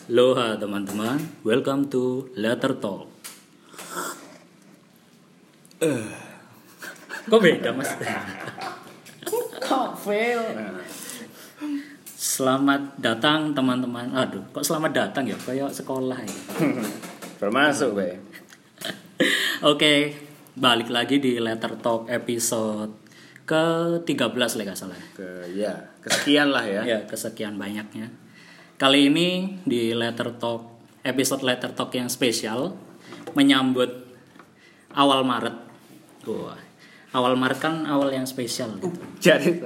Aloha teman-teman, welcome to Letter Talk. Kok beda mas? Kok fail? Selamat datang teman-teman. Aduh, kok selamat datang ya? Kayak sekolah ya. Bermasuk, Be. Oke, balik lagi di Letter Talk episode ke-13 lah gak salah. Kesekian lah ya. Ya, kesekian banyaknya. Kali ini di Letter Talk, episode Letter Talk yang spesial menyambut awal Maret. Wah, awal Maret kan awal yang spesial gitu. Jadi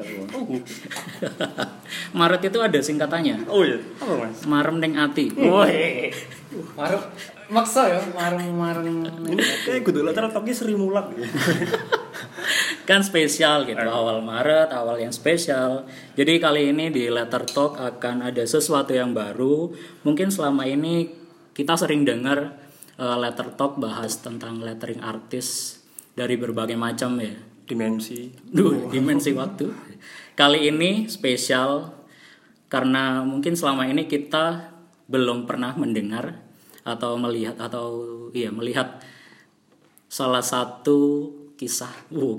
Maret itu ada singkatannya. Oh iya, apa Mas? Marem ning ati. Woi. Marem maksa ya, marem. Kayak kudu latar topnya Sri Mulat. Kan spesial gitu, awal Maret, awal yang spesial. Jadi kali ini di Letter Talk akan ada sesuatu yang baru. Mungkin selama ini kita sering dengar Letter Talk bahas tentang lettering artis dari berbagai macam ya. Dimensi waktu. Kali ini spesial karena mungkin selama ini kita belum pernah mendengar atau melihat salah satu kisah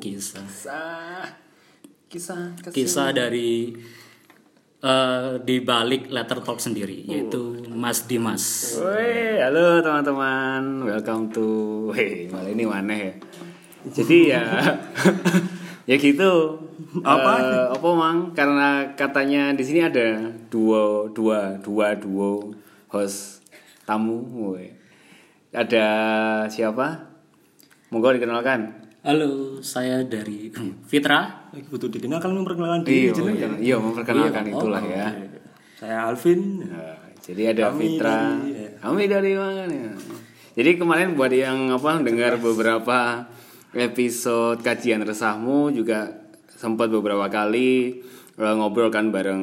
dari di balik Letter Talk sendiri, yaitu Mas Dimas. Woi, halo teman-teman, welcome to. Malah ini mana ya? Jadi ya, ya gitu. Apa mang? Karena katanya di sini ada dua host tamu. Woi. Ada siapa? Monggo dikenalkan. Halo, saya dari Fitra. Butuh dikenalkan memperkenalkan diri. Iya, memperkenalkan itulah ya. Saya Alvin. Nah, jadi ada Kami Fitra. Kami dari mana ya? Jadi kemarin buat yang dengar beberapa episode kajian resahmu juga sempat beberapa kali ngobrol kan bareng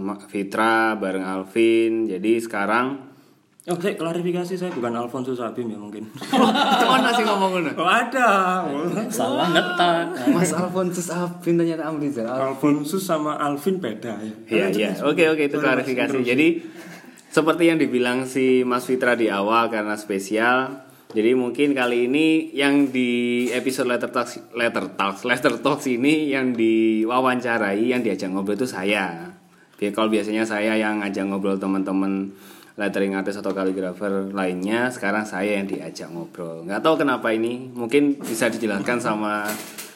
Fitra, bareng Alvin. Jadi sekarang saya klarifikasi, saya bukan Alfonso Sabim ya mungkin. mana sih ngomong Oh ada. Salah ngetak. Mas Alfonsus Abin ternyata Amrizal. Alfonso sama Alvin beda ya. Iya. Oke, itu klarifikasi. Jadi seperti yang dibilang si Mas Fitra di awal karena spesial. Jadi mungkin kali ini yang di episode Letter Talks ini yang diwawancarai, yang diajak ngobrol itu saya. Kalau biasanya saya yang ngajak ngobrol teman-teman lettering artist atau kaligrafer lainnya, sekarang saya yang diajak ngobrol. Nggak tahu kenapa ini, mungkin bisa dijelaskan sama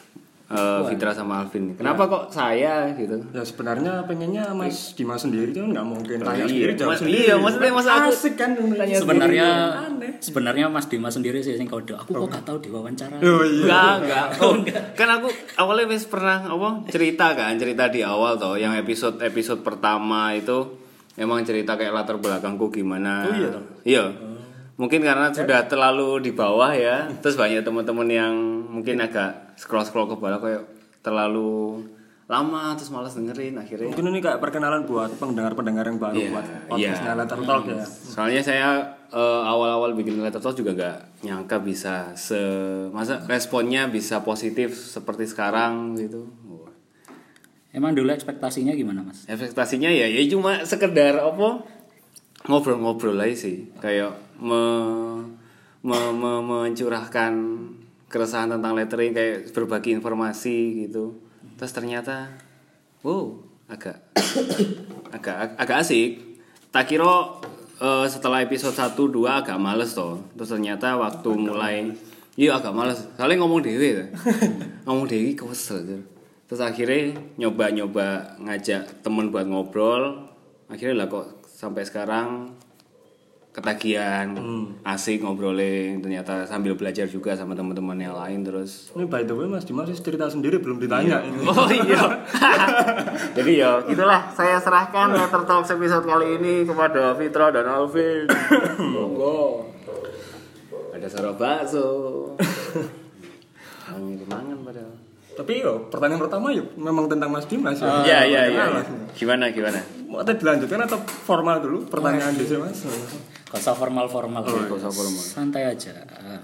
Fitra sama Alvin. Kenapa kok saya gitu? Ya sebenarnya pengennya Mas Dimas sendiri kan nggak mungkin tanya sendiri jawab sendiri. Iya, maksudnya Mas aku asik kan tanya Sebenarnya Mas Dimas sendiri sih yang kode. Aku kok gak tahu diwawancara. Oh iya. Enggak. Kan aku awalnya pernah cerita di awal toh, yang episode pertama itu emang cerita kayak latar belakangku gimana. Oh iya toh. Iya. Mungkin karena sudah terlalu di bawah ya. Terus banyak teman-teman yang mungkin agak scroll ke bawah kayak terlalu lama terus malas dengerin akhirnya. Mungkin ini kayak perkenalan buat pendengar-pendengar yang baru buat podcastnya Letter Talk ya. Soalnya saya awal-awal bikin Letter Talk juga gak nyangka bisa masa responnya bisa positif seperti sekarang gitu. Emang dulu ekspektasinya gimana mas? Ekspektasinya ya cuma sekedar ngobrol-ngobrol aja sih, kayak mencurahkan keresahan tentang lettering, kayak berbagi informasi gitu. Terus ternyata agak asik. Tak kira setelah episode 1-2 agak males toh. Terus ternyata waktu mulai agak males. Soalnya ngomong dewe kesel. Terus akhirnya nyoba ngajak temen buat ngobrol. Akhirnya lah kok sampai sekarang ketagihan, asik ngobrolin, ternyata sambil belajar juga sama teman-teman yang lain terus. Ini by the way Mas Dimas cerita sendiri belum ditanya. Oh iya. Jadi itulah saya serahkan Letter Talks episode kali ini kepada Fitra dan Alvin. Monggo. Ada sarap bakso. Mangan padahal. Tapi pertanyaan pertama memang tentang Mas Dimas ya. Iya. Gimana? Mau dilanjutkan atau formal dulu pertanyaan di sini Mas? Gak usah formal. Santai aja.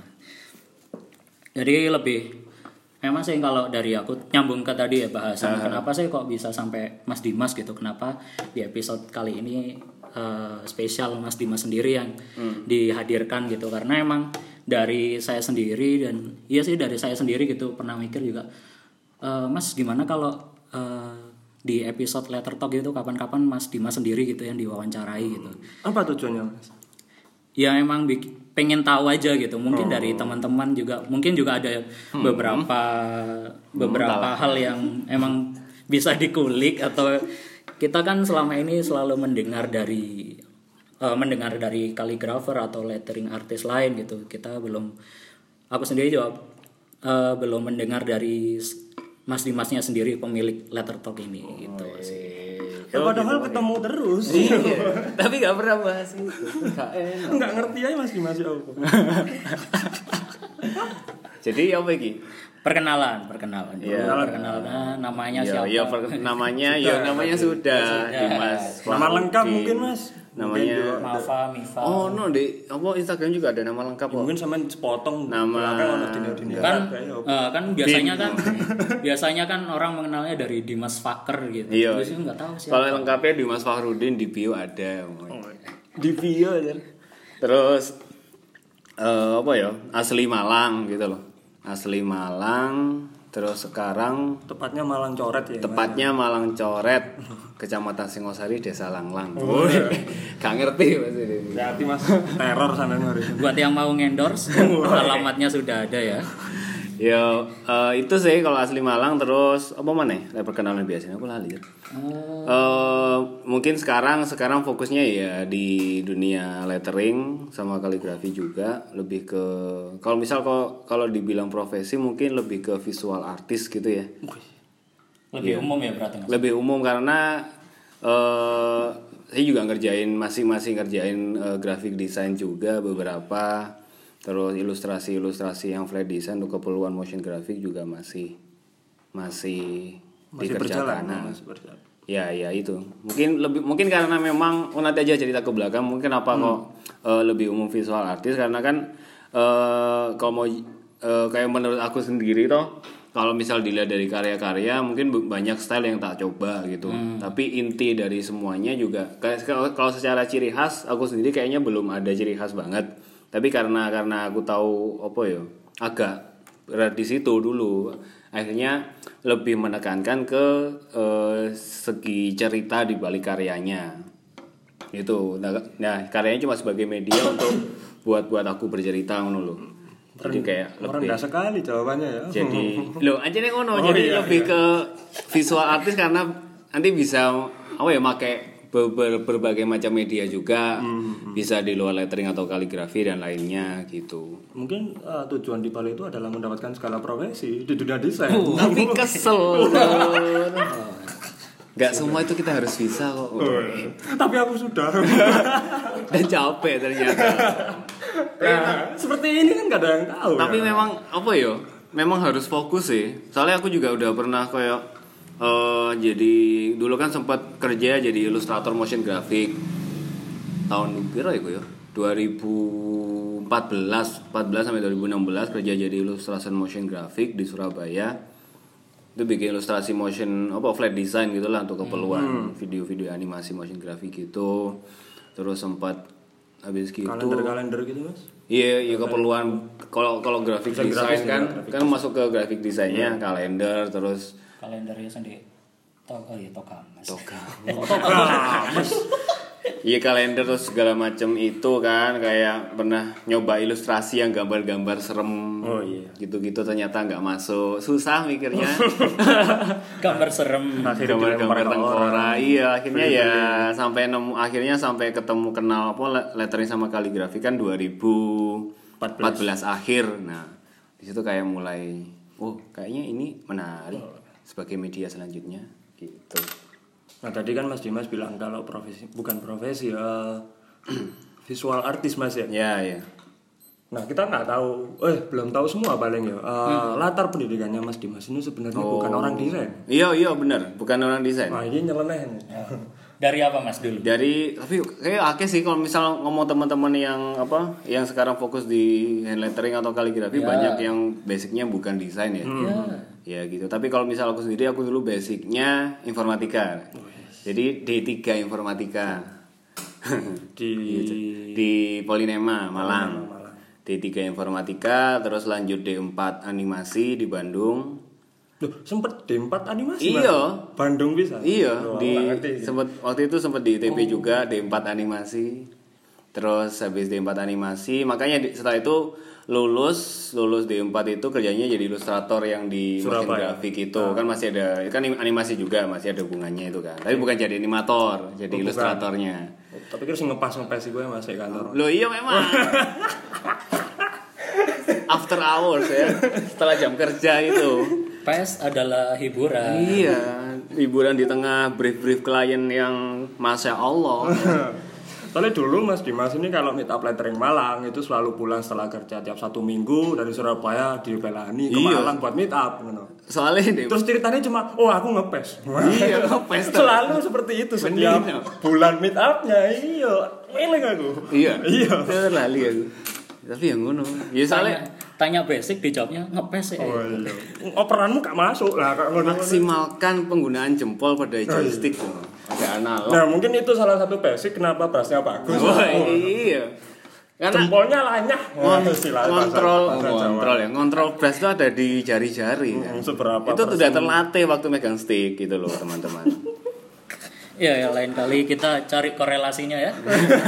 Jadi lebih memang sih kalau dari aku nyambung ke tadi ya bahasan kenapa sih kok bisa sampai Mas Dimas gitu, kenapa di episode kali ini spesial Mas Dimas sendiri yang dihadirkan gitu, karena emang dari saya sendiri dan dari saya sendiri gitu pernah mikir juga, Mas gimana kalau di episode Letter Talk gitu kapan-kapan Mas Dimas sendiri gitu yang diwawancarai gitu. Apa tujuannya, Mas? Ya emang pengen tahu aja gitu, mungkin dari teman-teman juga mungkin juga ada beberapa hal yang emang bisa dikulik, atau kita kan selama ini selalu mendengar dari kaligrafer atau lettering artist lain gitu. Aku sendiri juga belum mendengar dari Mas Dimasnya sendiri, pemilik Letter Talk ini gitu sih. Ya padahal ketemu terus. Iya. Tapi gak pernah bahas itu. Enggak ngerti aja Mas Dimas ya apa. Jadi apa iki? Perkenalan. Iya. Perkenalan namanya siapa? Namanya sudah Dimas. Nama lengkap mungkin Mas. Namanya Mafa, Mifa. Oh, apa Instagram juga ada nama lengkap kok. Mungkin sampean sepotong nama kan biasanya kan orang mengenalnya dari Dimas Faker gitu. Iya. Terus enggak tahu siapa. Kalau lengkapnya Dimas Fakhrudin di bio ada. Di bio aja. Terus asli Malang gitu loh. Asli Malang, terus sekarang Tepatnya Malang Coret ya. tepatnya Malang Coret, Kecamatan Singosari, Desa Langlang. Gak ngerti Mas ini. Berarti Mas teror sampean hari. Buat yang mau ngendorse, alamatnya sudah ada ya. Ya itu sih kalau asli Malang. Terus apa mana ya perkenalan biasanya aku lali. Mungkin sekarang fokusnya ya di dunia lettering sama kaligrafi juga, lebih ke kalau dibilang profesi mungkin lebih ke visual artist gitu ya. Lebih umum ya berarti Mas. Lebih umum karena saya juga masih ngerjain graphic design juga beberapa. Terus ilustrasi yang flat design untuk keperluan motion graphic juga masih dikerjakan. Masih berjalan. Ya itu. Mungkin karena memang nanti aja cerita ke belakang mungkin kok lebih umum visual artist, karena kan kalau mau kayak menurut aku sendiri toh, kalau misal dilihat dari karya-karya mungkin banyak style yang tak coba gitu. Tapi inti dari semuanya juga kalau secara ciri khas aku sendiri kayaknya belum ada ciri khas banget. Tapi karena aku tahu agak berat di situ dulu, akhirnya lebih menekankan ke segi cerita di balik karyanya. Itu. Nah, karyanya cuma sebagai media untuk buat aku bercerita ngono lho. Jadi kayak lebih rendah sekali jawabannya ya. Jadi anjene ngono. Jadi lebih ke visual artist karena nanti bisa pakai berbagai macam media juga, bisa di luar lettering atau kaligrafi dan lainnya gitu. Mungkin tujuan di balik itu adalah mendapatkan skala profesi di dunia desain. Tapi kesel. Gak semua itu kita harus bisa kok. Tapi aku sudah. Dan capek ternyata. Seperti ini kan gak ada yang tahu. Tapi memang memang harus fokus sih. Soalnya aku juga udah pernah kayak jadi dulu kan sempat kerja jadi ilustrator motion graphic tahun berapa ya 2014 sampai 2016 kerja jadi illustration motion graphic di Surabaya. Itu bikin ilustrasi motion flat design gitulah untuk keperluan video-video animasi motion graphic gitu. Terus sempat habis gitu kalender gitu Mas. Iya keperluan kalau graphic design kan masuk ke graphic desainnya kalender, terus kalendernya sendiri Toga. Iya kalender terus segala macam itu kan, kayak pernah nyoba ilustrasi yang gambar-gambar serem gitu-gitu, ternyata nggak masuk, susah mikirnya. Gambar serem, gambar tengkorak. Iya akhirnya sampai ketemu kenal lettering sama kaligrafi kan 2014 akhir. Nah di situ kayak mulai kayaknya ini menarik sebagai media selanjutnya gitu. Nah tadi kan Mas Dimas bilang kalau bukan profesi visual artist Mas ya. Iya. Nah kita nggak tahu, belum tahu semua paling ya. Latar pendidikannya Mas Dimas ini sebenarnya bukan orang desain. Iya benar, bukan orang desain. Nah ini nyeleneh. Dari apa Mas dulu? Tapi kayak akeh sih kalau misal ngomong teman-teman yang sekarang fokus di hand lettering atau kaligrafi, banyak yang basicnya bukan desain ya. Ya gitu. Tapi kalau misal aku sendiri, aku dulu basicnya informatika. Jadi D3 informatika. Di Polinema Malang. D3 Informatika, terus lanjut D4 Animasi di Bandung. Loh, sempet D4 animasi. Iya. Bandung bisa. Iya, Oh, di nggak ngerti. waktu itu sempet di ITB juga D4 Animasi. Terus habis D4 Animasi, makanya setelah itu lulus D4 itu kerjanya jadi ilustrator yang di mesin Surabaya. grafik itu. Kan masih ada, kan animasi juga masih ada hubungannya itu kan. Tapi bukan jadi animator, jadi ilustratornya. Tapi kira sih ngepas sih gue masih kantor. Loh iya memang. After hours ya, setelah jam kerja itu. PES adalah hiburan. Iya, hiburan di tengah brief klien yang Masya Allah. Soalnya dulu Mas Dimas ini kalau meet up lettering Malang itu selalu pulang setelah kerja tiap 1 minggu dari Surabaya dibelani ke Iya. Malang buat meet up. Soalnya Terus ceritanya cuma, oh aku ngepes. iya ngepes tuh. Selalu seperti itu setiap Bener. bulan meet upnya. Iya, eling aku. Iya. Iya. Lali aku. Tapi yang ngono. Ya soalnya Tanya basic dijawabnya ngepes ya. Oh, iya. Operanmu gak masuk lah kak ngono. maksimalkan penggunaan jempol pada joystick tuh. Ada analog. Nah mungkin itu salah satu basic kenapa bassnya bagus. Wah, iya. Karena Jempolnya lanyah. ngontrol bass itu ada di jari-jari kan. Seberapa Itu persen? sudah terlatih waktu megang stick gitu loh teman-teman. Ya lain kali kita cari korelasinya ya.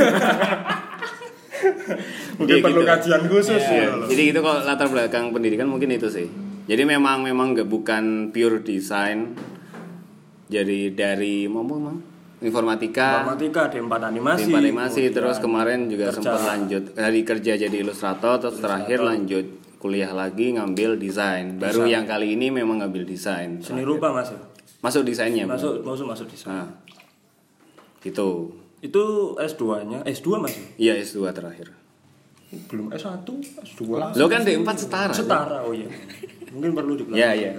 Mungkin Jadi perlu gitu. kajian khusus Iya, ya. jadi itu kalau latar belakang pendidikan mungkin itu sih. Jadi memang nggak bukan pure design. Jadi dari informatika D4 animasi. terus kemarin juga sempat lanjut dari kerja jadi ilustrator, terus terakhir lanjut kuliah lagi ngambil desain. Baru yang kali ini memang ngambil desain. Seni rupa Mas. Masuk desainnya. Masuk desain. Nah, gitu. Itu S2-nya, S2 Mas. Iya S2 terakhir. Belum S1, S2. Lo kan D4 setara. Setara, oh iya. Mungkin perlu Iya, iya.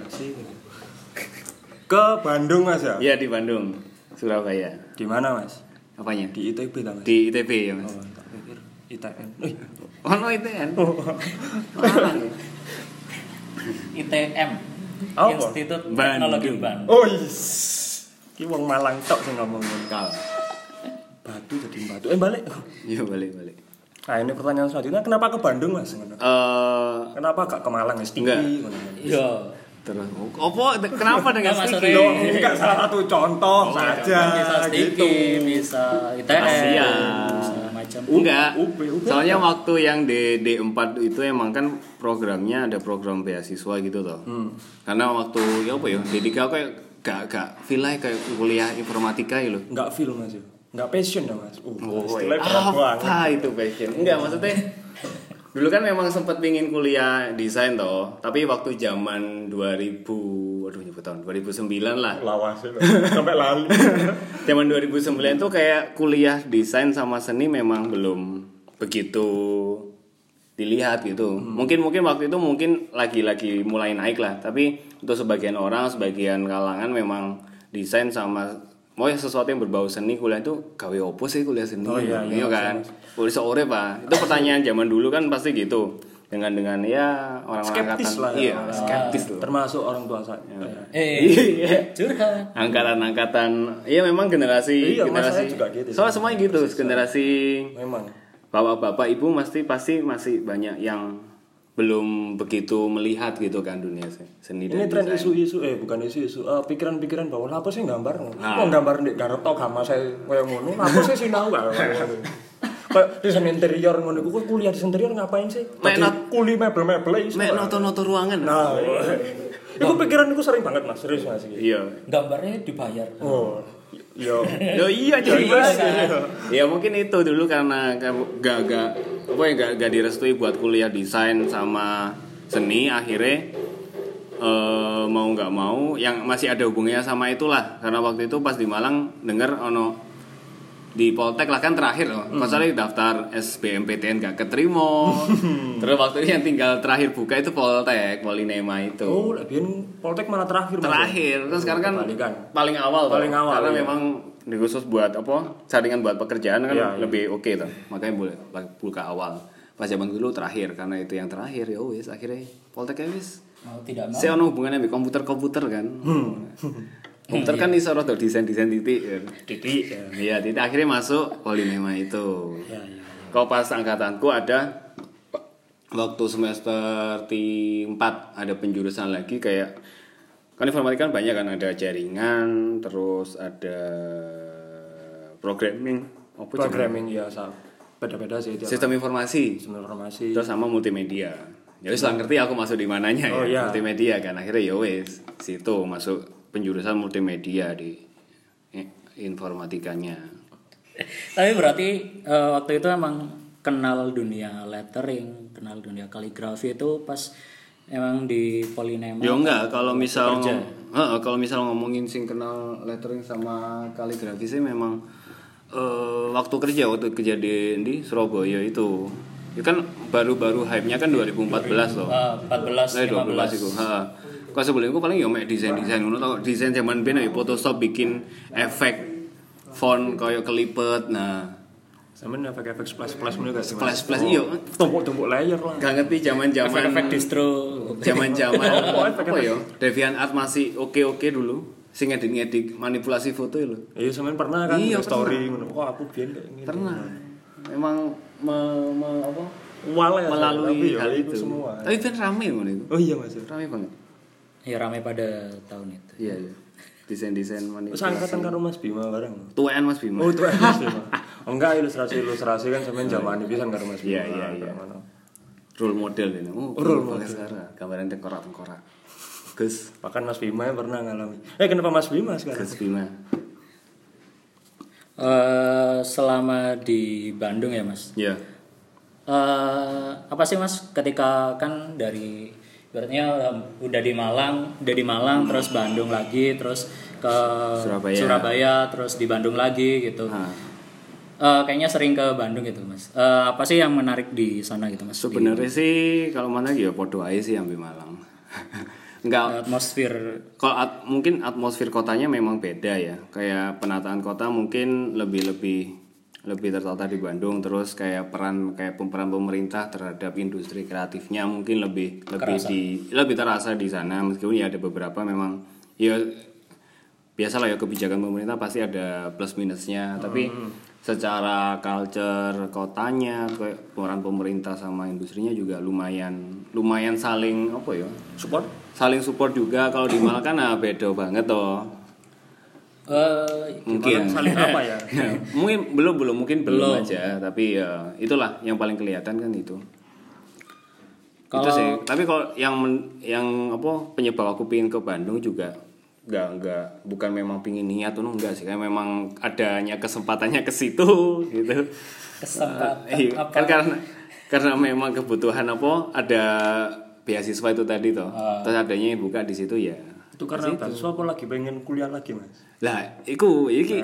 Ke Bandung Mas ya? Iya di Bandung, Surabaya. Di mana Mas? Apanya? Di ITB ta Mas? Di ITB ya Mas. Oh, tak pikir ITN. Oh no ITN. Malang ya? ITM. Apa? Institut Bandung. Teknologi Bandung. Oh yes. Ki wong Malang tok sing ngomong kal. Batu jadi batu. Balik. Iya balik. Nah, ini pertanyaan selanjutnya, kenapa ke Bandung Mas? Kenapa gak ke Malang ya? Enggak. Iya. Terus kenapa dengan Nggak, sticky? maksudnya- Ini kan salah satu contoh saja Kan bisa gitu. sticky, bisa ITM, Iya. bisa macam. Enggak. UB Soalnya waktu yang D4 itu emang kan programnya ada program beasiswa gitu toh. Karena waktu ya apa ya D3 aku gak feel like kayak kuliah informatika ya loh. Enggak feel Mas. Enggak passion ya Mas. Istilahnya apa itu passion? Enggak maksudnya dulu kan memang sempat pingin kuliah desain toh, tapi waktu zaman 2009 lah. Lawas itu. Sampai lali. Zaman 2009 tuh kayak kuliah desain sama seni memang belum begitu dilihat gitu. Mungkin waktu itu lagi mulai naik lah, tapi untuk sebagian orang, sebagian kalangan memang desain sama sesuatu yang berbau seni kuliah itu gawe opo sih kuliah seni. Oh, iya, kan. Kuliah sore Pak. Itu pertanyaan zaman dulu kan pasti gitu. Dengan ya orang-orang Skeptis lah ya. iya, skeptis lah. Termasuk orang tua saya. Curhat. Angkatan iya memang generasi Iya, Mas, saya juga gitu. soalnya semuanya gitu generasi Memang. bapak-bapak ibu pasti masih banyak yang belum begitu melihat gitu kan dunia seni dan Ini tren desain. isu-isu bukan isu-isu pikiran-pikiran bahwa apa sih gambar kok gambar ndek garap tok gambar saya koyo ngono apa sih sinau kayak desain interior ngono kok kuliah desain interior ngapain sih kuli mebel-mebel iso mek noto noto ruangan nah itu pikiran itu sering banget Mas serius Mas iya Gambarnya dibayar. oh yo iya jelas ya mungkin itu dulu karena gak direstui buat kuliah desain sama seni akhirnya mau nggak mau yang masih ada hubungannya sama itulah karena waktu itu pas di Malang denger ono di Poltek lah kan terakhir masalahnya daftar SBMPTN gak keterima terus waktu itu yang tinggal terakhir buka itu Poltek Polinema itu oh biyen Poltek malah terakhir kan sekarang kan Kebalikan. paling awal karena iya. memang khusus buat saringan buat pekerjaan kan Iya, lebih oke tuh makanya boleh buka awal pas zaman dulu terakhir karena itu yang terakhir ya wis akhirnya Poltek ya wis Mau tidak mau. saya ono hubungannya dengan komputer kan Komputer kan iso rada desain-desain titik. Titik ya. Iya, titik akhirnya masuk Polinema itu. Ya, ya. Kalau pas angkatanku ada waktu semester 4 ada penjurusan lagi kayak kan informatika kan banyak kan, ada jaringan, terus ada programming, Ya, beda-beda sih sistem informasi, terus sama multimedia. Ya wis lah ngerti aku masuk di mananya ya, multimedia kan. Akhirnya ya wis situ masuk penjurusan multimedia di informatikanya. Tapi berarti waktu itu emang kenal dunia lettering, kenal dunia kaligrafi itu pas emang di Polinema. Ya enggak, kalau misal ngomongin sing kenal lettering sama kaligrafi sih memang waktu kerja di Surabaya itu. Ya kan baru-baru hype-nya kan 2014 loh. 14 15 itu. Kalau sebelumnya aku paling ya mek desain ngono tau, desain zaman ben ya Photoshop bikin efek font kayak kelipet. Nah, sampean efek-efek splash ngono gak sih? Splash iya. Tumpuk-tumpuk layer lah. Gak ngerti zaman-zaman efek distro. Zaman-zaman apa ya? DeviantArt masih oke dulu. Sing ngedit manipulasi foto lho. Iya, sampean pernah kan story ngono. Kok aku biyen kayak gini. Pernah. Memang melalui hal itu semua. Tapi kan rame ngono itu. Oh iya Mas. Rame banget. Ya rame pada tahun itu. Iya. Desain-desain manipulasi. Angkatan karo Mas Bima bareng. Tuaan Mas Bima. Oh, tuaan Mas Bima. Enggak, ilustrasi kan sampean zaman pisan karo Mas Bima. Iya. Role model ini. Role model sekarang. Gambaran tengkorak-tengkorak. Gus. Bahkan Mas Bima yang pernah ngalami. Kenapa Mas Bima sekarang? Gus Bima. Selama di Bandung ya Mas. Iya. Apa sih Mas ketika kan dari berarti udah di Malang terus Bandung lagi terus ke Surabaya terus di Bandung lagi gitu. Kayaknya sering ke Bandung gitu Mas. Apa sih yang menarik di sana gitu Mas? Sebenarnya sih kalau mana ya podo aja sih ambil Malang. Enggak atmosfer. Kalau mungkin atmosfer kotanya memang beda ya. Kayak penataan kota mungkin lebih tertata di Bandung, terus kayak peran pemerintah terhadap industri kreatifnya mungkin lebih terasa di sana, meskipun ya ada beberapa memang ya biasalah ya kebijakan pemerintah pasti ada plus minusnya, tapi secara culture kotanya kayak peran pemerintah sama industrinya juga lumayan saling saling support juga. Kalau di Malang kan beda banget toh. Mungkin saling apa ya? mungkin belum aja, tapi ya itulah yang paling kelihatan kan itu. Itu sih. Tapi kalau yang penyebab aku pingin ke Bandung juga bukan memang pingin niat tuh enggak sih, kayak memang adanya kesempatannya ke situ gitu. Kesempatan kan karena memang kebutuhan ada beasiswa itu tadi toh. Terus adanya yang buka di situ ya. Itu karena beasiswa apa lagi pengen kuliah lagi Mas? Lah, iki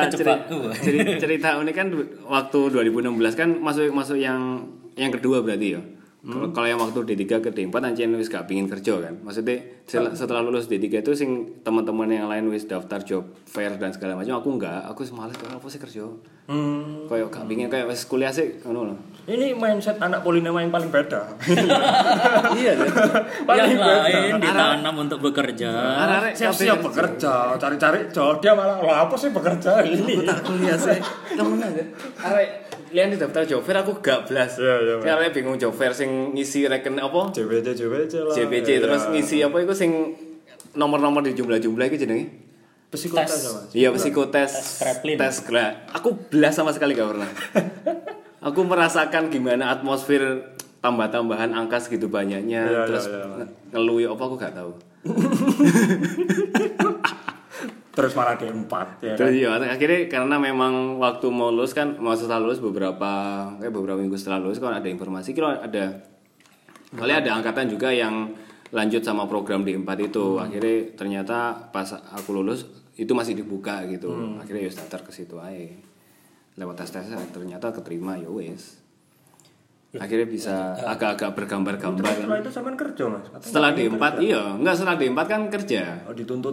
cerita unik kan waktu 2016 kan masuk yang kedua berarti ya. Kalau yang waktu D3 ke D4 ancen wis gak pengin kerja kan. Maksudnya setelah lulus D3 itu sing teman-teman yang lain wis daftar job fair dan segala macam, aku enggak, aku males apa sih kerja. Kayak gak pengin kayak wis kuliah sih ngono lho. Ini mindset anak Polinema yang paling beda. Iya deh. Yang lain ditanam untuk bekerja. Siap bekerja, cari-cari job, dia malah lah apa sih bekerja ini. Aku tak kuliah sih. Temenan ya. Arek lian di daftar job fair aku gak blas. Iya. Karena bingung job fair sing ngisi reken apa? JPC lah. JPC terus ngisi apa iku sing nomor-nomor di jumlah-jumlah iki jenenge? Psikotes Mas. Iya, psikotes. Tes gerak. Aku blas sama sekali gak pernah. Aku merasakan gimana atmosfer tambah-tambahan angka segitu banyaknya, terus ngeluh ya apa aku gak tahu. Terus malah D4 ya. Terus iya, akhirnya karena memang waktu mau lulus kan, setelah lulus beberapa minggu setelah lulus kan ada informasi kalau ada angkatan juga yang lanjut sama program D4 itu. Akhirnya ternyata pas aku lulus itu masih dibuka gitu. Akhirnya ya daftar ke situ aja. Lewat tes ternyata keterima ya wes. Akhirnya bisa agak-agak bergambar-gambar. Setelah itu sampean kerja Mas? Setelah D4 iya, enggak setelah D4 kan kerja. Oh, dituntut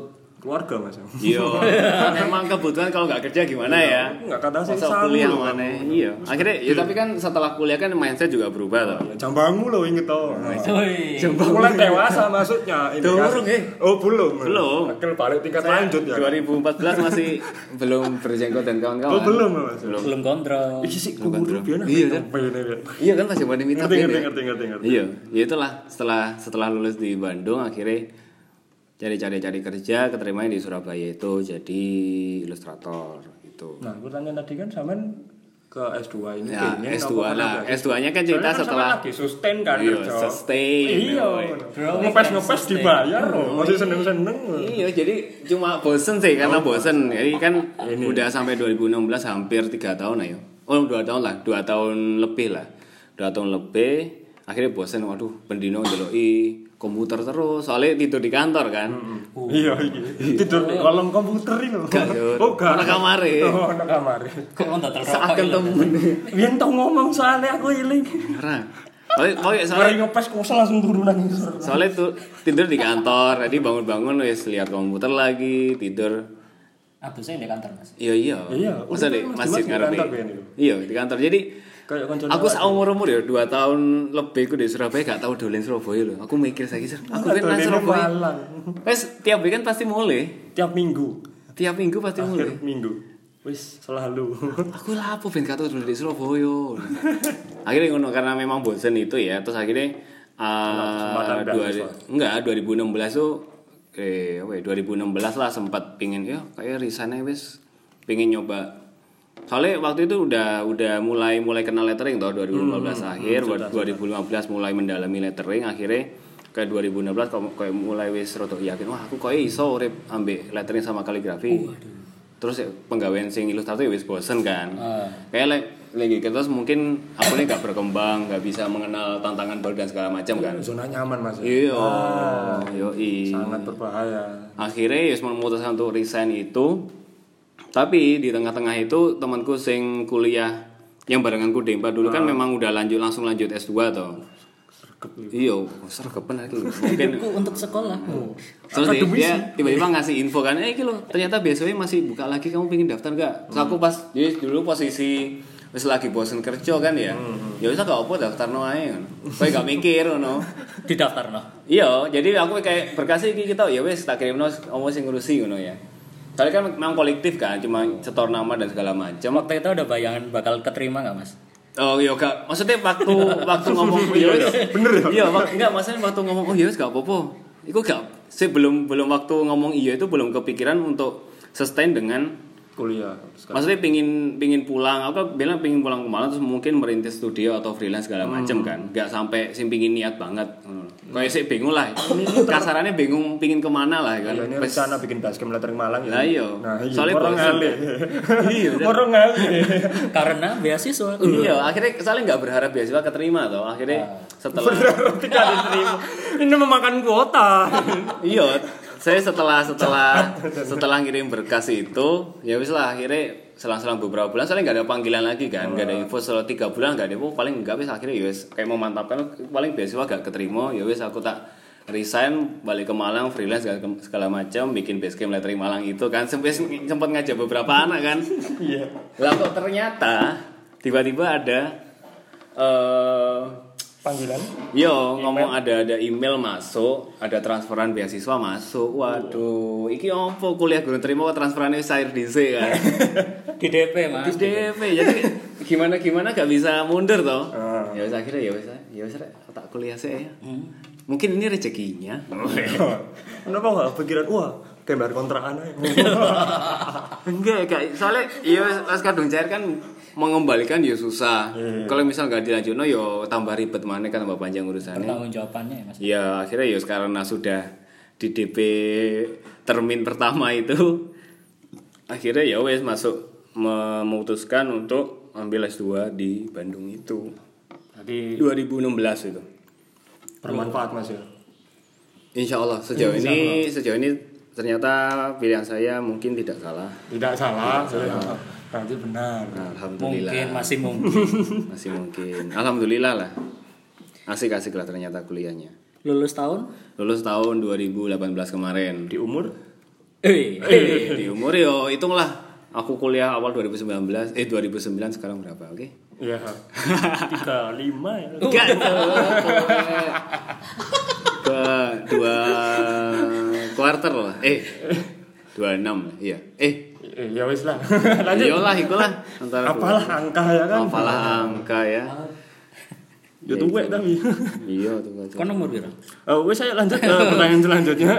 keluarga Mas. Iya. Memang kebutuhan kalau nggak kerja gimana ya? Enggak kata sih masa kuliah mana? Iya. Akhirnya ya tapi kan setelah kuliah kan mindset juga berubah toh. Jambangmu loh inget toh. Woi. Mulai dewasa maksudnya ini. Durung, Oh, belum. Belum. Akil balik tingkat lanjut ya. 2014 masih belum berjenggot dan kawan-kawan. Oh, belum Mas. Belum kontrol. Iki sih kudu biyen. Iya kan? Iya kan masih pada minta ngerti. Iya, ya itulah setelah lulus di Bandung akhirnya cari kerja, keterima di Surabaya itu jadi ilustrator gitu. Nah, aku tanya tadi kan sampean ke S2 ini Ya, S2 lah. S2-nya kan cerita setelah lagi sustain kan iya, kerja. sustain. Iya. Ngepes dibayar loh. Masih seneng-seneng. Iya, jadi cuma bosen sih karena bosen. Jadi kan udah sampai 2016 hampir 3 tahun ayo. Oh, 2 tahun lah, 2 tahun lebih lah. 2 tahun lebih akhirnya bosen, waduh, pendino ndeloki komputer terus, soalnya tidur di kantor kan. Iya, tidur di kolom komputer ini loh. Oh, gak. Anak kamar ya. Oh, anak kamar. Kok on terus. Seakan temen. Biyen tau ngomong soalnya aku iling. Ora. Mari Soalnya ngepes kosong langsung turunan gitu. soalnya tuh tidur di kantor, jadi bangun-bangun wis lihat komputer lagi, tidur. Aku saya di kantor Mas. Iya. Iya, Masa di masjid di ngarepe. kantor biyen itu. Iya, di kantor. Jadi Kayak kanca aku seumur-umur ya 2 tahun lebih aku di Surabaya gak tahu dolen Surabaya loh. Aku mikir lagi, aku kan nang Surabaya. Wes tiap weekend pasti mulai. Tiap minggu Pasti mulai. minggu wis selalu. Aku lah apa ben gak tau dolen di Surabaya. Akhirnya ngono karena memang bosen itu ya. Terus akhirnya 2016 tuh 2016 lah sempat pingin ya kayak resign wis pingin nyoba. Soalnya waktu itu udah mulai kenal lettering toh 2015 akhir, 2015 mulai mendalami lettering, akhirnya ke 2016 kayak mulai wis rada yakin wah aku kayak iso urip ambek lettering sama kaligrafi. Terus penggawean sing ilustrator wis bosen kan. Kayak lagi terus mungkin aku nih gak berkembang, gak bisa mengenal tantangan baru dan segala macam kan. Zona nyaman Mas. Iya. Sangat berbahaya. Akhirnya wis memutuskan untuk resign itu. Tapi di tengah-tengah itu temanku sing kuliah yang barenganku Dempa dulu kan memang udah langsung lanjut S2 toh. Iya, sergepan lagi. Mungkin untuk sekolah. Terus dia tiba-tiba ngasih info kan, iki lho, ternyata BSW masih buka lagi, kamu pengen daftar enggak? Terus aku pas dulu posisi wis lagi bosen kerja kan ya. Ya wis gak apa daftarno ae ngono. Kowe gak mikir ngono. Didaftarno. Iya, jadi aku kayak berkas iki kita ya wis tak kirimno omong sing ngurusi ngono ya. Soalnya kan memang kolektif kan, cuma setor nama dan segala macam. Waktu itu ada bayangan bakal keterima nggak Mas? Oh iya kak, maksudnya waktu ngomong iya bener ya? Iya, enggak maksudnya waktu ngomong oh iya gak apa-apa. Iku gak, saya belum waktu ngomong iya itu belum kepikiran untuk sustain dengan kuliah. Maksudnya pingin pulang, aku bilang pingin pulang ke Malang terus mungkin merintis studio atau freelance segala macam kan, nggak sampai sing pingin niat banget. Kayak sih bingung lah, kasarannya bingung pingin kemana lah kan. Ini rencana bikin basket lettering Malang. Lah iya, soalnya orang ngali. Iya, orang ngali. Karena beasiswa. Iya, akhirnya soalnya nggak berharap beasiswa keterima toh. Akhirnya setelah tidak diterima, ini memakan kuota. Iya. Saya setelah ngirim berkas itu ya wis lah akhirnya selang-selang beberapa bulan soalnya nggak ada panggilan lagi kan, nggak ada info selama 3 bulan nggak ada info, paling nggak wis akhirnya ya wis kayak memantapkan paling beasiswa gak keterima ya wis aku tak resign balik ke Malang freelance segala macam bikin basecamp lettering Malang itu kan sempat ngajak beberapa anak kan. Iya. Lah kok ternyata tiba-tiba ada panggilan? Yo ngomong ada email masuk, ada transferan beasiswa masuk. Waduh, iki opo kuliah guru terima kok transferannya cair dhisik kan. Di DP Mas. Di DP. Jadi gimana gak bisa mundur toh. Ya wis akhirnya ya wis tak kuliah sih ya. Mungkin ini rezekinya. Kenapa enggak pikiran kayak bayar kontrakan aja. Enggak, soalnya ya pas kadung cair kan mengembalikan ya susah. Kalau misal nggak dilanjutno ya tambah ribet mana kan tambah panjang urusannya. Tanggung jawabannya ya Mas. Ya akhirnya ya sekarang sudah di DP termin pertama itu akhirnya ya wes memutuskan untuk ambil S2 di Bandung itu. Jadi 2016 itu. Bermanfaat Mas ya. Insya Allah sejauh ini ternyata pilihan saya mungkin tidak salah. Tidak salah. Berarti benar. Alhamdulillah. Masih mungkin. Alhamdulillah lah. Asik lah ternyata kuliahnya. Lulus tahun 2018 kemarin. Di umur Di umur yo hitunglah aku kuliah awal 2009 sekarang berapa, oke? Iya. 35 ya. Enggak. Ke 2 kuarter lah. 26 iya. Ya wis lah. Lanjut. Iyalah ikulah antara apalah angka ya kan. Apalah angka ya. Yo tuwek tapi. Iya tuh. Kan nomor piro? Wis saya lanjut ke pertanyaan selanjutnya.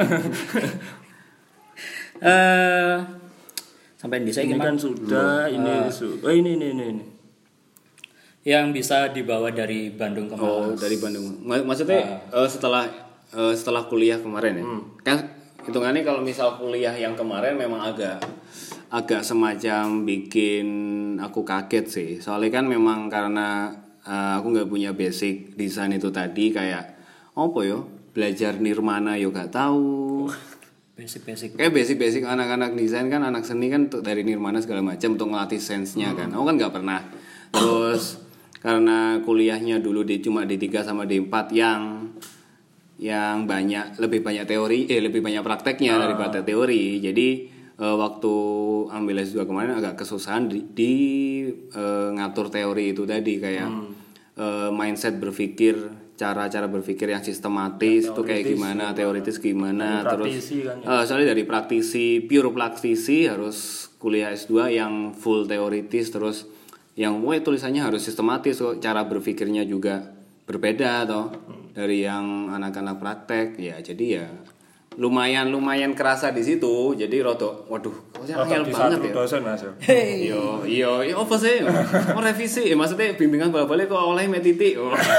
Sampai di saya Ini kan sudah ini. Yang bisa dibawa dari Bandung ke Malang. Oh, dari Bandung. Maksudnya setelah kuliah kemarin ya. Kan hitungannya kalau misal kuliah yang kemarin memang agak semacam bikin aku kaget sih. Soalnya kan memang karena aku nggak punya basic desain itu tadi, kayak apa yo? Belajar nirmana yo gak tahu. Basic. Kayak basic anak-anak desain kan, anak seni kan dari nirmana segala macam untuk ngelatih sense-nya kan. Aku kan nggak pernah. Terus karena kuliahnya dulu cuma D3 sama D4 yang lebih banyak teori, lebih banyak prakteknya daripada teori. Jadi waktu ambil S2 kemarin agak kesusahan di ngatur teori itu tadi, kayak mindset berpikir, cara berpikir yang sistematis itu kayak gimana, teoritis gimana, terus kan, ya. Soalnya dari pure praktisi harus kuliah S2 yang full teoritis, terus yang tulisannya harus sistematis, cara berpikirnya juga berbeda dari yang anak-anak praktek ya. Jadi ya lumayan kerasa di situ. Jadi waduh angel banget ya. Dosen Mas. Iya apa sih? Mau revisi maksudnya bimbingan balik kok oleh titik.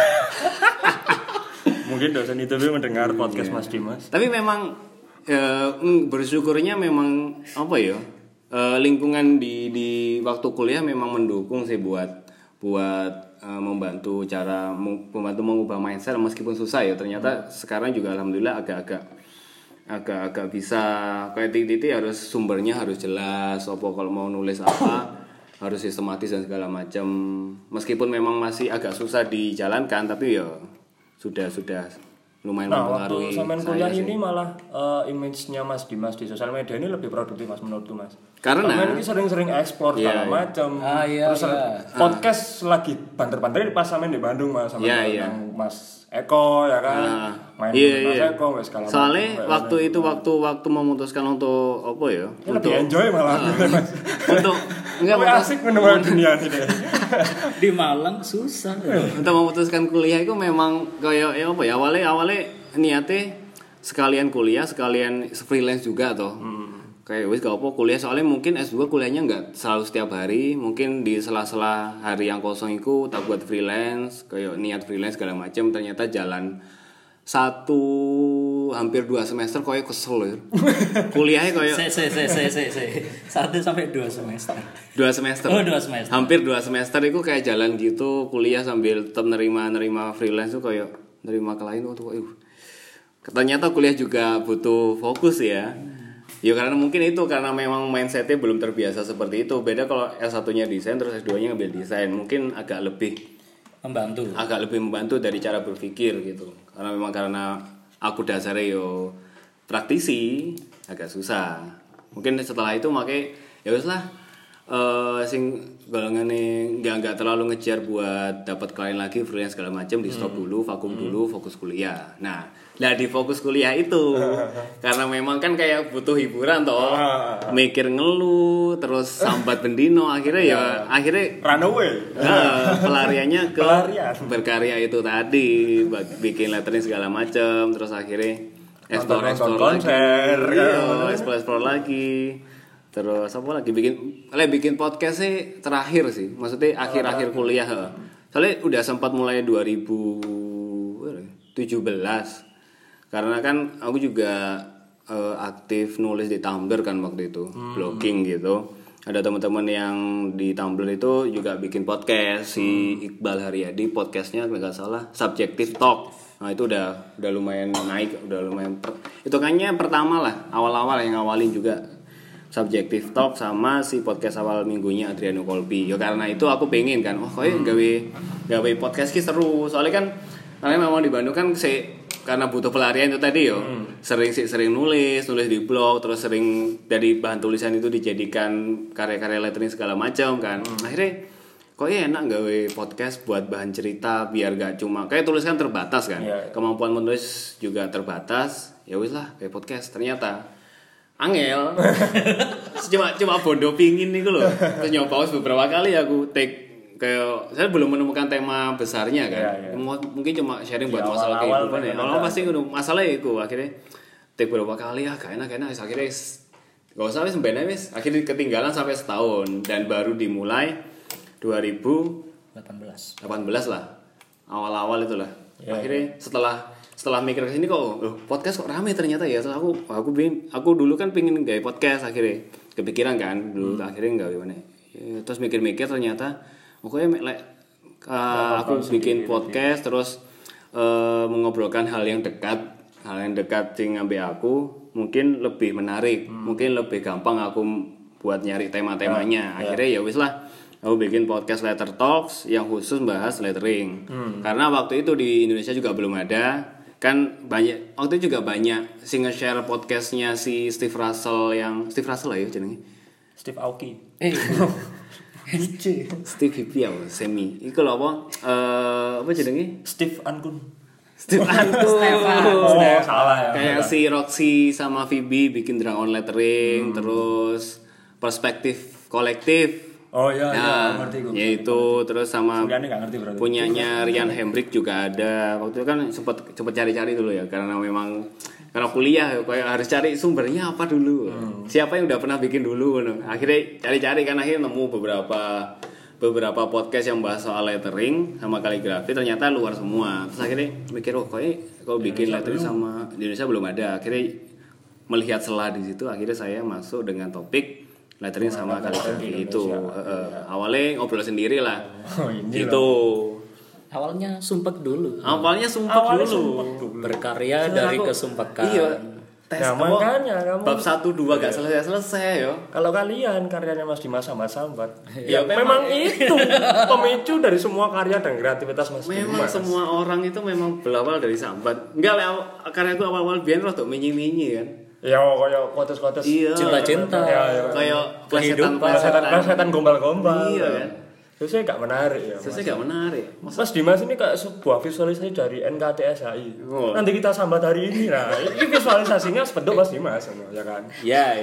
Mungkin dosen itu mendengar podcast Mas Dimas. Tapi memang bersyukurnya memang apa ya? Lingkungan di waktu kuliah memang mendukung sih buat membantu mengubah mindset, meskipun susah ya. Ternyata sekarang juga alhamdulillah agak bisa kayak titik harus sumbernya harus jelas, kalau mau nulis apa harus sistematis dan segala macam. Meskipun memang masih agak susah dijalankan, tapi ya sudah lumayan mempengaruhi. Waktu sampean kuliah ini malah image-nya Mas Dimas di sosial media ini lebih produktif Mas menurutku Mas. Karena ini sering-sering explore segala macam. Terus podcast lagi banter-banter pas sampean di Bandung Mas sama Mas Eko ya kan. Main Mas Eko segala macam. Soalnya waktu memutuskan untuk apa ya? Untuk enjoy malah Mas. Untuk enggak asik menemukan dunia ini. Di Malang susah. Untuk memutuskan kuliah itu memang kayak apa ya? Awalnya niatnya sekalian kuliah, sekalian freelance juga Kayak wis gak apa kuliah, soalnya mungkin S2 kuliahnya nggak selalu setiap hari, mungkin di sela-sela hari yang kosong itu tak buat freelance, kayak niat freelance segala macam. Ternyata jalan hampir 2 semester kayak kesel ya. Kuliahnya kayak 1 sampai 2 semester. 2 semester. Oh, 2 semester. Hampir 2 semester itu kayak jalan gitu, kuliah sambil tetap nerima freelance tuh kayak nerima klien ternyata kuliah juga butuh fokus ya. Ya karena mungkin itu karena memang mindsetnya belum terbiasa seperti itu. Beda kalau S1-nya desain terus S2-nya ngambil desain, mungkin agak lebih membantu dari cara berpikir gitu. Karena aku dasarnya praktisi, agak susah. Mungkin setelah itu makanya ya wis lah sing golongane enggak terlalu ngejar buat dapat klien lagi, freelance segala macam, di stop dulu, vakum dulu, fokus kuliah. Nah, di fokus kuliah itu karena memang kan kayak butuh hiburan mikir ngeluh terus sambat bendino, akhirnya runaway. Pelariannya ke berkarya itu tadi, bikin lettering segala macam, terus akhirnya explore lagi. Terus apa lagi bikin podcast sih terakhir sih, maksudnya akhir kuliah. Soalnya udah sempat mulai 2017. Karena kan aku juga aktif nulis di Tumblr kan waktu itu, blogging gitu. Ada teman-teman yang di Tumblr itu juga bikin podcast, si Iqbal Haryadi, podcastnya nggak salah Subjective Talk. Nah itu udah lumayan naik, udah lumayan itu kayaknya pertama lah, awal-awal yang ngawalin juga Subjective Talk sama si podcast awal minggunya Adriano Kolbi. Ya karena itu aku pengen kan, gawe podcast ki seru. Soalnya kan memang di Bandung kan karena butuh pelarian itu tadi yo. Sering nulis di blog, terus sering dari bahan tulisan itu dijadikan karya-karya lettering segala macam kan. Akhirnya kok enak gawe podcast buat bahan cerita biar gak cuma kayak tulis kan terbatas kan. Kemampuan menulis juga terbatas. Ya wis lah kayak podcast ternyata angel. cuma bodoh pingin nih loh. Terus nyoba beberapa kali aku take kayak saya belum menemukan tema besarnya kan. Mungkin cuma sharing buat masalah kehidupan ya. Kalau pasti masalah itu akhirnya take beberapa kali gak enak akhirnya gak usah wis mbene wis. Akhirnya ketinggalan sampai setahun dan baru dimulai 2018 lah. Awal-awal itulah. Akhirnya setelah mikir ke sini kok podcast kok rame ternyata ya. Terus aku dulu kan pingin gawe podcast akhirnya kepikiran kan dulu akhirnya enggak gimana. Terus mikir-mikir ternyata pokoknya aku bikin podcast terus mengobrolkan hal yang dekat sing ambek aku mungkin lebih menarik, mungkin lebih gampang aku buat nyari tema-temanya. Akhirnya ya wis lah aku bikin podcast Letter Talks yang khusus bahas lettering. Karena waktu itu di Indonesia juga belum ada. Kan waktu itu juga banyak share podcastnya si Steve Russell lah ya jenenge. Steve Aoki. Steve Hippie ya, semi. Iku lho apa jenenge? Steve Ankun. Stefan. Salah ya. Kayak si Roxy sama Phoebe bikin Dragon Lettering, terus Perspektif Kolektif. Oh iya, ngerti gue. Yaitu terus sama ngerti punyanya Ryan Hembrick juga ada. Waktu itu kan sempat cari-cari dulu ya karena kuliah kayak harus cari sumbernya apa dulu. Siapa yang udah pernah bikin dulu. Akhirnya cari-cari kan akhirnya nemu beberapa podcast yang bahas soal lettering sama kaligrafi ternyata luar semua. Terus akhirnya mikir kalau bikin lettering sama di Indonesia belum ada. Akhirnya melihat celah di situ akhirnya saya masuk dengan topik lettering sama kaligrafi itu. Awalnya ngobrol sendiri lah. Gitu. Awalnya sumpek dulu. Berkarya dari kesumpekan. Iya. Tes makanya kamu bab 1 2 gak selesai yo. Kalau kalian karyanya Mas Dimas sama sambat. Ya memang itu pemicu dari semua karya dan kreativitas Mas Dimas. Memang semua orang itu memang berawal dari sambat. Enggak lah karyaku awal-awal biyen rada minyi-minyi kan. Ya kayak kotes-kotes cinta-cinta. Kayak plesetan gombal-gombal. Iya kan. Sesuai gak menarik ya. Mas Dimas ini kayak sebuah visualisasi dari NKTSAI. Nanti kita sambat hari ini lah. Ini visualisasinya sebentuk Mas Dimas ya kan. Ya.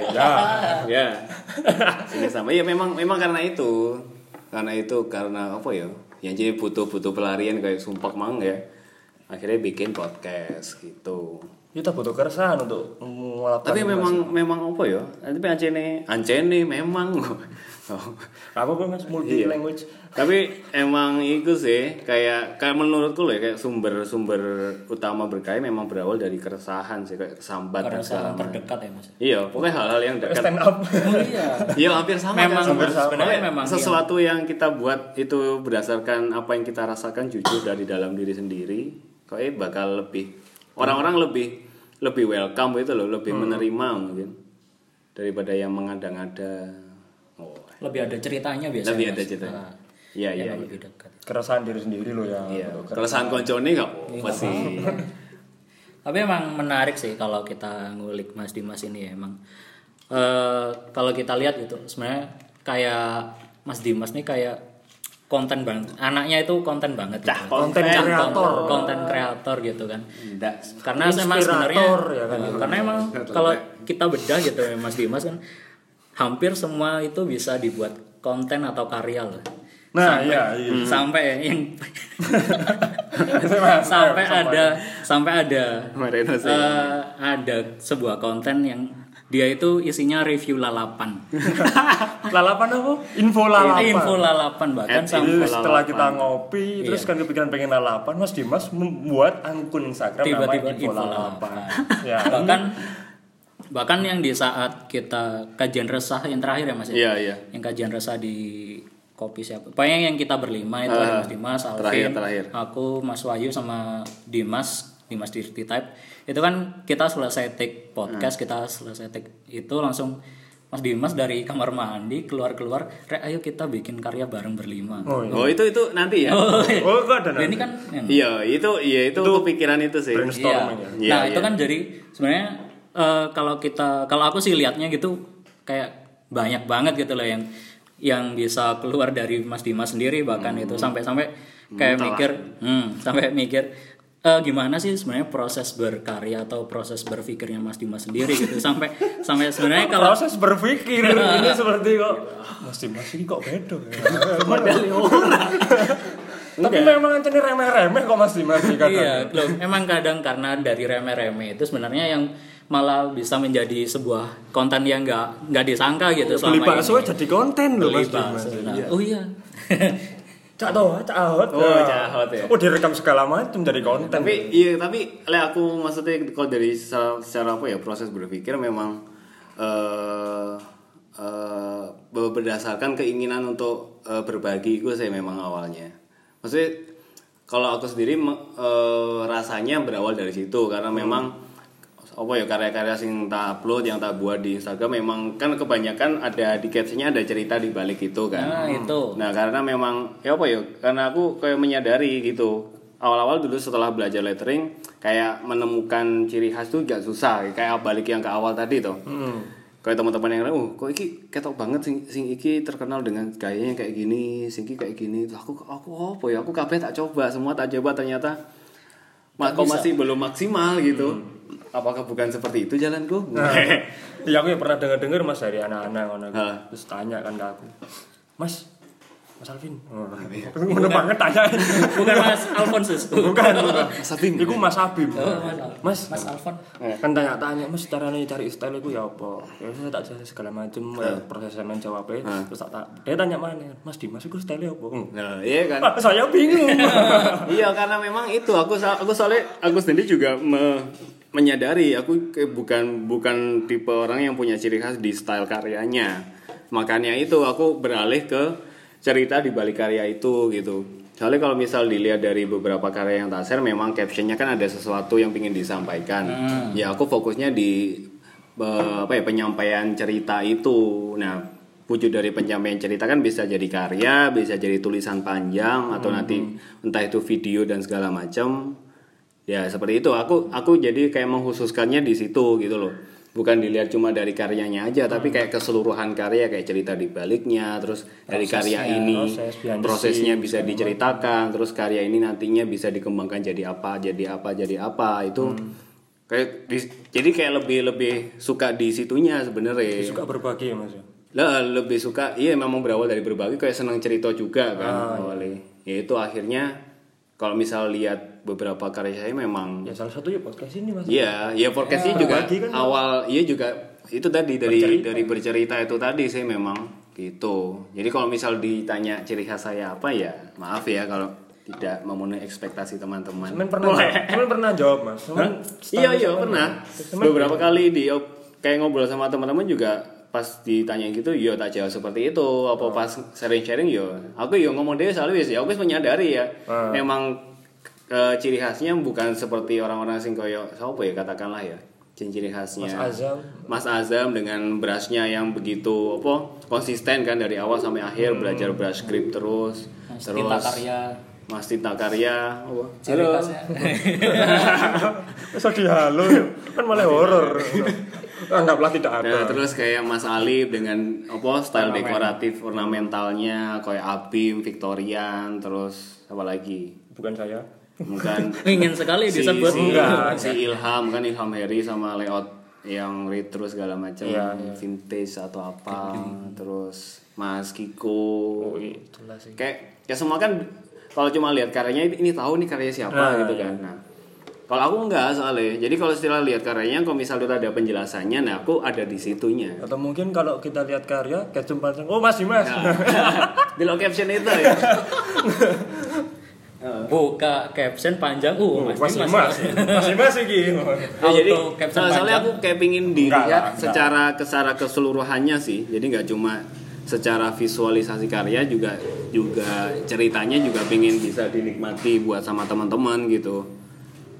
Ini sama. Ya memang karena itu. Karena apa ya? Yang jadi butuh pelarian kayak sumpah mang ya. Akhirnya bikin podcast gitu. Kita butuh keresahan untuk melakukan. Tapi memang apa ya? Tapi ancene memang. Apa Mas multi language. Tapi emang itu sih kayak menurutku loh kayak sumber utama berkarya memang berawal dari keresahan sih kayak kesambat dan segala terdekat ya Mas. Iya, pokoknya hal-hal yang dekat. Stand up. Iya, hampir sama Sebenarnya memang sesuatu yang kita buat itu berdasarkan apa yang kita rasakan jujur dari dalam diri sendiri. Kayaknya bakal orang-orang lebih welcome itu loh, lebih menerima mungkin daripada yang mengada-ngada. Lebih ada ceritanya biasanya. Lebih ada cerita. Iya. Lebih dekat. Keresahan diri sendiri loh ya. Iya. Keresahan koncone enggak pasti. Tapi emang menarik sih kalau kita ngulik Mas Dimas ini ya emang. Kalau kita lihat gitu sebenarnya kayak Mas Dimas nih kayak konten banget. Anaknya itu konten banget. Konten kreator gitu kan. Karena emang sebenarnya ya kan. Karena emang kalau kita bedah gitu ya Mas Dimas kan hampir semua itu bisa dibuat konten atau karya loh. Nah, sampai yang sampai ada sebuah konten yang dia itu isinya review lalapan. Lalapan apa? Info lalapan bahkan sampai setelah kita ngopi terus kan kepikiran pengen lalapan, Mas Dimas membuat akun Instagram tiba-tiba info lalapan. Ya. Bahkan yang di saat kita kajian resah yang terakhir ya Mas ya. Iya. Yang kajian resah di kopi siapa? Pokoknya yang kita berlima itu ada Mas Dimas, Alvin, terakhir. aku, Mas Wahyu sama Dimas Dirty Type. Itu kan kita selesai take podcast, kita selesai take itu langsung Mas Dimas dari kamar mandi keluar, Rek ayo kita bikin karya bareng berlima. Oh itu nanti ya. Oh kok ada nanti. Ini kan itu kepikiran itu sih. Brainstorming ya. Nah itu kan jadi sebenarnya kalau aku sih lihatnya gitu kayak banyak banget gitu loh yang bisa keluar dari Mas Dimas sendiri, bahkan itu sampai kayak mikir gimana sih sebenarnya proses berkarya atau proses berpikirnya Mas Dimas sendiri gitu sampai sebenarnya kalau proses berpikir ini seperti kok Mas Dimas ini kok beda ya. Tapi memang ini remeh-remeh kok Mas Dimas ini kadang. Iya, emang kadang karena dari remeh-remeh itu sebenarnya yang malah bisa menjadi sebuah konten yang nggak disangka gitu selama ini. Beli bakso jadi konten loh Mas Dimas. Oh iya. Cak ahot ya. Oh direkam segala macam dari konten. Tapi aku maksudnya kalau dari secara proses berpikir memang berdasarkan keinginan untuk berbagi gue saya memang awalnya. Maksudnya kalau aku sendiri rasanya berawal dari situ karena memang karya-karya yang tak upload yang tak buat di Instagram memang kan kebanyakan ada di captionnya ada cerita di balik itu kan. Nah karena memang karena aku kayak menyadari gitu awal-awal dulu setelah belajar lettering kayak menemukan ciri khas tuh gak susah kayak balik yang ke awal tadi tuh. Kayak teman-teman yang lain, kok iki ketok banget sing iki terkenal dengan gayanya kayak gini, sing iki kayak gini. Aku kabeh tak coba, semua tak coba ternyata masih belum maksimal gitu. Apakah bukan seperti itu jalanku? Ya aku pernah dengar Mas dari anak-anak ngono. Terus tanya kan ke aku. Mas Alvin. Udah banget tanya. Bukan Mas Alfonsus. Bukan. Mas Abim. Iku Mas Abim. Mas Alfon. Kan tanya-tanya Mas caranya cari style iku ya apa? Ya saya tak jelas segala macam proses saya menjawab terus dia tanya mana? Mas Dimas iku style apa? Nah, iya kan. Saya bingung. Iya karena memang itu aku soalnya aku sendiri juga menyadari aku bukan tipe orang yang punya ciri khas di style karyanya. Makanya itu aku beralih ke cerita di balik karya itu gitu. Soalnya kalau misal dilihat dari beberapa karya yang tak share memang captionnya kan ada sesuatu yang ingin disampaikan. Ya aku fokusnya di penyampaian cerita itu. Nah, wujud dari penyampaian cerita kan bisa jadi karya, bisa jadi tulisan panjang atau nanti entah itu video dan segala macam. Ya seperti itu. Aku jadi kayak mengkhususkannya di situ gitu loh. Bukan dilihat cuma dari karyanya aja, tapi kayak keseluruhan karya, kayak cerita di baliknya, terus dari karya ini prosesnya bisa diceritakan, terus karya ini nantinya bisa dikembangkan jadi apa itu jadi kayak lebih suka di situnya sebenarnya. Suka berbagi ya Mas. Lah lebih suka, iya memang berawal dari berbagi, kayak senang cerita juga kan awalnya. Ya itu akhirnya kalau misal lihat beberapa karya saya memang ya salah satu ya podcast ini Mas. Iya, podcast ini juga kan, awal juga itu tadi dari bercerita itu tadi saya memang gitu. Jadi kalau misal ditanya ciri khas saya apa ya, maaf ya kalau tidak memenuhi ekspektasi teman-teman. Semen pernah jawab Mas. Iya pernah. Beberapa kali kayak ngobrol sama teman-teman juga pas ditanya gitu, yo tak jawab seperti itu. Apa pas sharing yo, aku yo ngomong deh soalnya ya aku menyadari ya, memang ciri khasnya bukan seperti orang-orang sing koyo sapa ya katakanlah ya. Ciri khasnya Mas Azam dengan brushnya yang begitu konsisten kan dari awal sampai akhir belajar brush script terus Mas Tita Karya. Halo. Halo kan malah horor. Anggaplah tidak ada. Nah, terus kayak Mas Alif dengan style dekoratif ornamentalnya kayak Abim, Victorian, terus apa lagi? Bukan saya. Bukan. Ingin sekali disebut. Si Ilham Heri sama layout yang retro segala macam, vintage atau apa. Terus Mas Kiko. Itulah sih. Kayak semua kan kalau cuma lihat karyanya ini tahu nih karya siapa gitu kan. Nah, kalau aku enggak soalnya. Jadi kalau setelah lihat karyanya, kalau misalnya ada penjelasannya, nah aku ada di situnya. Atau mungkin kalau kita lihat karya, caption panjang, Mas Dimas. Di lo caption itu ya. Buka caption panjang, Mas Dimas iki. Jadi soalnya aku kayak pingin dilihat secara keseluruhannya sih. Jadi nggak cuma secara visualisasi karya juga ceritanya juga pingin bisa dinikmati buat sama teman-teman gitu.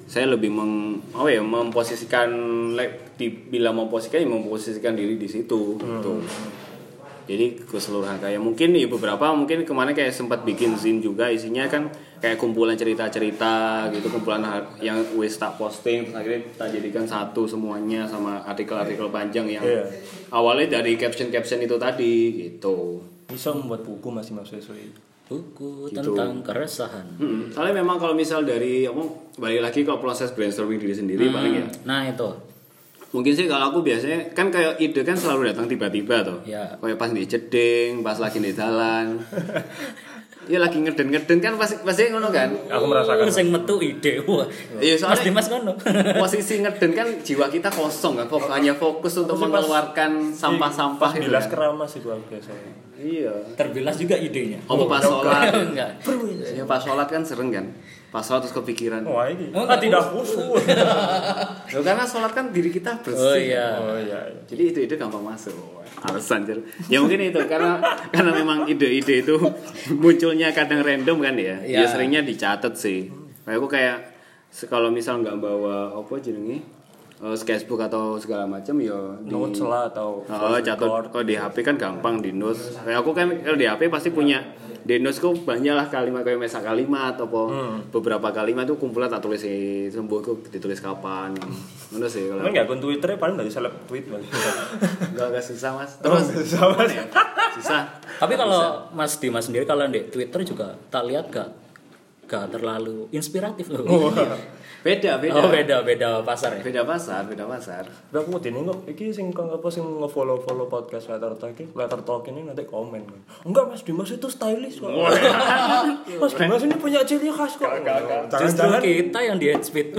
saya lebih memposisikan memposisikan diri di situ gitu. Jadi keseluruhan kayak mungkin kemarin kayak sempat bikin zine juga, isinya kan kayak kumpulan cerita-cerita gitu, kumpulan yang wis tak posting terus akhirnya tak jadikan satu semuanya sama artikel-artikel panjang yang awalnya dari caption-caption itu tadi gitu. Bisa membuat buku masih buku gitu. Tentang keresahan. Soalnya memang kalau misal dari balik lagi ke proses brainstorming diri sendiri paling ya. Nah itu. Mungkin sih kalau aku biasanya kan kayak ide kan selalu datang tiba-tiba tuh. Ya. Kayak pas di jeding, pas lagi di jalan. Ya lagi ngeden-ngeden kan pasti ngono kan. Aku merasakan. Sing metu ide. Wah. Iya, Mas soalnya Dimas ngono. posisi ngeden kan jiwa kita kosong kan, hanya fokus untuk mengeluarkan sampah-sampah itu. Bilas Kan? keramas itu biasanya. Iya. Terbilas juga idenya. Apa pas sholat? Enggak. Ya pas sholat kan sering kan. Pas sholat terus kepikiran. Wah ini. Tidak khusyuk. Loh, karena sholat kan diri kita bersih. Oh iya. Jadi ide-ide gampang masuk. Alasan ya mungkin itu karena memang ide-ide itu munculnya kadang random kan ya. Ya. Ya seringnya dicatat sih. Kayak aku kalau misal nggak bawa apa jenenge sketchbook atau segala macam ya Notes lah atau catat di HP kan gampang di notes. Kayak aku kan kalau di HP pasti punya di notes ku banyak lah kalimat kayak misal kalimat atau beberapa kalimat itu kumpulan tak tulis sembuh ku ditulis kapan. Ngono sih kalau. Enggak akun Twitter paling dari seleb tweet Mas. Enggak susah Mas. Terus susah Mas. Susah. Tapi kalau Mas Dimas sendiri kalau di Twitter juga tak lihat gak terlalu inspiratif loh. Beda. Oh, beda pasar ya. Beda pasar. Tapi aku ngene kok iki sing nge-follow podcast Letter Talk ini nanti komen. Enggak Mas Dimas itu stylish kok. Mas Dimas ini punya ciri khas kok. Justru kita yang di headspeed.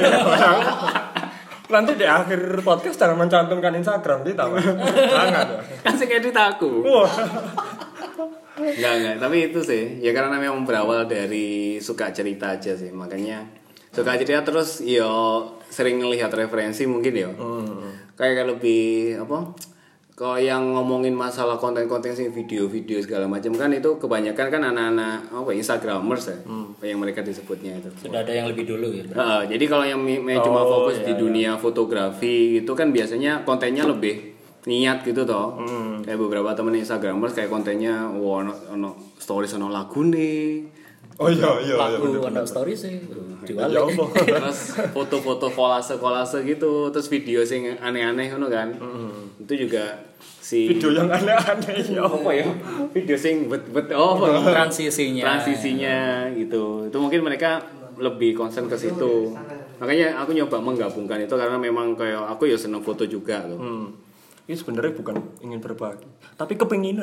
Nanti di akhir podcast jangan mencantumkan Instagram kita, Mas. Jangan. Kan sing edit aku. Enggak, tapi itu sih. Ya karena memang berawal dari suka cerita aja sih. Makanya suka cerita terus sering ngelihat referensi mungkin ya. Kayak lebih kalau yang ngomongin masalah konten-konten sih video-video segala macam kan itu kebanyakan kan anak-anak Instagramers ya. Yang mereka disebutnya itu. Sudah ada yang lebih dulu ya. Jadi kalau yang cuma fokus di dunia fotografi itu kan biasanya kontennya lebih niat gitu toh. Kayak beberapa temen Instagramers kayak kontennya ono stories ono lagu nih. Oh iya. Lagu ono story sih. Jual. Ya Allah. Terus foto-foto kolase gitu, terus video sing aneh-aneh ngono kan. Itu juga video yang aneh-aneh ya. Apa ya? Video sing transisinya gitu. Itu mungkin mereka lebih concern ke situ. Makanya aku nyoba menggabungkan itu karena memang kayak aku ya seneng foto juga tuh. Ini sebenarnya bukan ingin berbagi, tapi kepinginan.